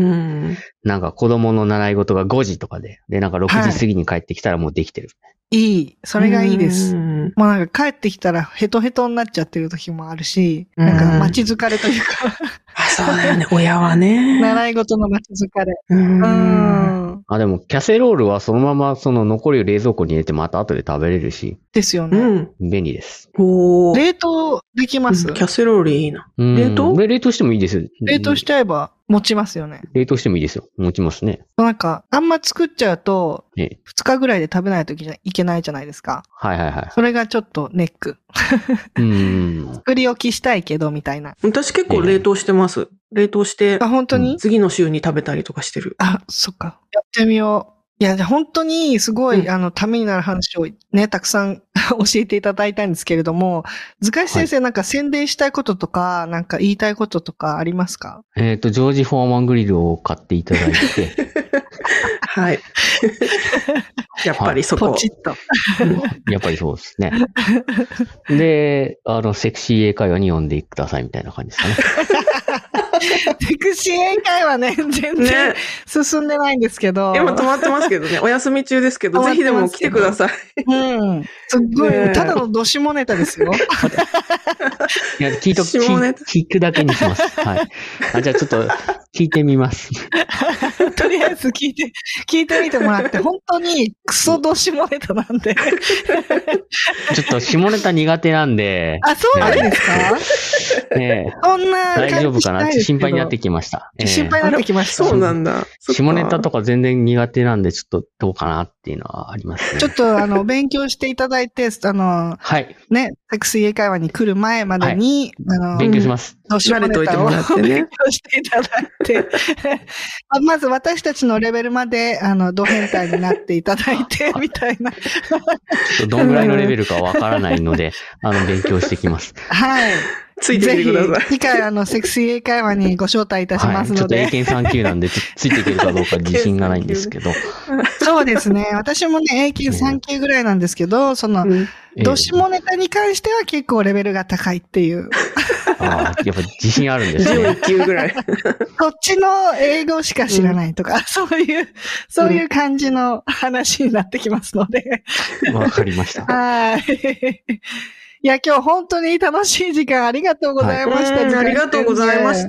なんか子供の習い事がごじとかで、で、なんかろくじ過ぎに帰ってきたらもうできてる。はい、 いい。それがいいです。もうなんか帰ってきたらヘトヘトになっちゃってる時もあるし、なんか待ち疲れというか。 あ、そうだよね。親はね。 習い事の待ち疲れ。 うん。うんあ、でもキャセロールはそのままその残りを冷蔵庫に入れてまた後で食べれるし。 ですよね。 うん。 便利です。 お冷凍できます、 うん、キャセロールいいな。 冷凍冷凍してもいいですよ。 冷凍しちゃえば持ちますよね。 冷凍してもいいですよ。持ちますね。 なんか、あんま作っちゃうと、ふつかぐらいで食べないといけないじゃないですか。 はいはいはい。 それがちょっとネック。 うん作り置きしたいけど、みたいな。 私結構冷凍してます。冷凍して。 あ、本当に、 うん、次の週に食べたりとかしてる。 あ、そっか。やってみよう。いや、本当にすごい、うん、あの、ためになる話をね、たくさん教えていただいたんですけれども、塚地先生、はい、なんか宣伝したいこととか、なんか言いたいこととかありますか？ えっと、ジョージ・フォーマングリルを買っていただいて。 はい。やっぱりそこ。 ポチッと。 やっぱりそうですね。で、あの、セクシー英会話に読んでくださいみたいな感じですかね。 セクシー英会話ね、全然進んでないんですけど。 今止まってますけどね。お休み中ですけど、ぜひでも来てください。 うん。すっごい、ただのどしもネタですよ。 いや、聞いと、聞, 聞くだけにします。はい。あ、じゃあちょっと、聞いてみます。 とりあえず聞いて、聞いてみてもらって、本当にクソどしもネタなんで。 ちょっと下ネタ苦手なんで。 あ、そうなんですか？ ねえ。 そんな大丈夫かなって心配になってきました。 えー、心配になってきました。 そうなんだ。 下ネタとか全然苦手なんで、ちょっとどうかなっていうのはありますね。 ちょっとあの、勉強していただいて、あの、 はい。 ね、セクシー英会話に来る前までに、 はい、あの、勉強します。 どしもネタを勉強していただいて、まず私たちのレベルまで、あの、ド変態になっていただいて、みたいな。ちょっとどんぐらいのレベルかわからないので、あの、勉強してきます。 はい。 ついてきてください。 ぜひ、次回、あの、セクシー英会話にご招待いたしますので。 はい、ちょっと英検さん級なんで、ついていけるかどうか自信がないんですけど。 そうですね。私もね、英検さん級ぐらいなんですけど、その、うんどしもネタに関しては結構レベルが高いっていう。 ああ、やっぱ自信あるんですね。 じゅういっ級ぐらい。 こっちの英語しか知らないとか、うん、そういう、そういう感じの話になってきますので。 わかりました。 はい。いや、今日本当に楽しい時間ありがとうございました。 はい、ありがとうございました。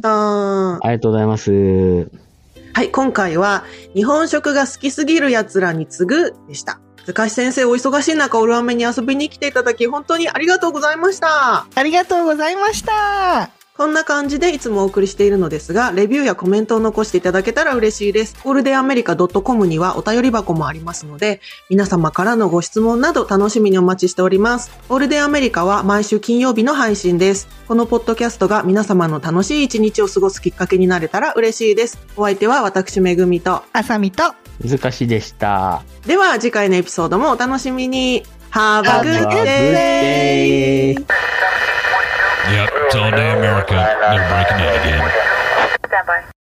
ありがとうございます。 はい、今回は日本食が好きすぎる奴らに次ぐでした。塚地先生、お忙しい中、オルアメに遊びに来ていただき、本当にありがとうございました。 ありがとうございました。 こんな感じでいつもお送りしているのですが、レビューやコメントを残していただけたら嬉しいです。オールデンアメリカドットコム にはお便り箱もありますので、皆様からのご質問など楽しみにお待ちしております。オールデンアメリカは毎週金曜日の配信です。このポッドキャストが皆様の楽しい一日を過ごすきっかけになれたら嬉しいです。お相手は私めぐみとあさみと難しいでした。 では次回のエピソードもお楽しみに。Have a good day! Yep, it's all day America. They're breaking out again. Stand by.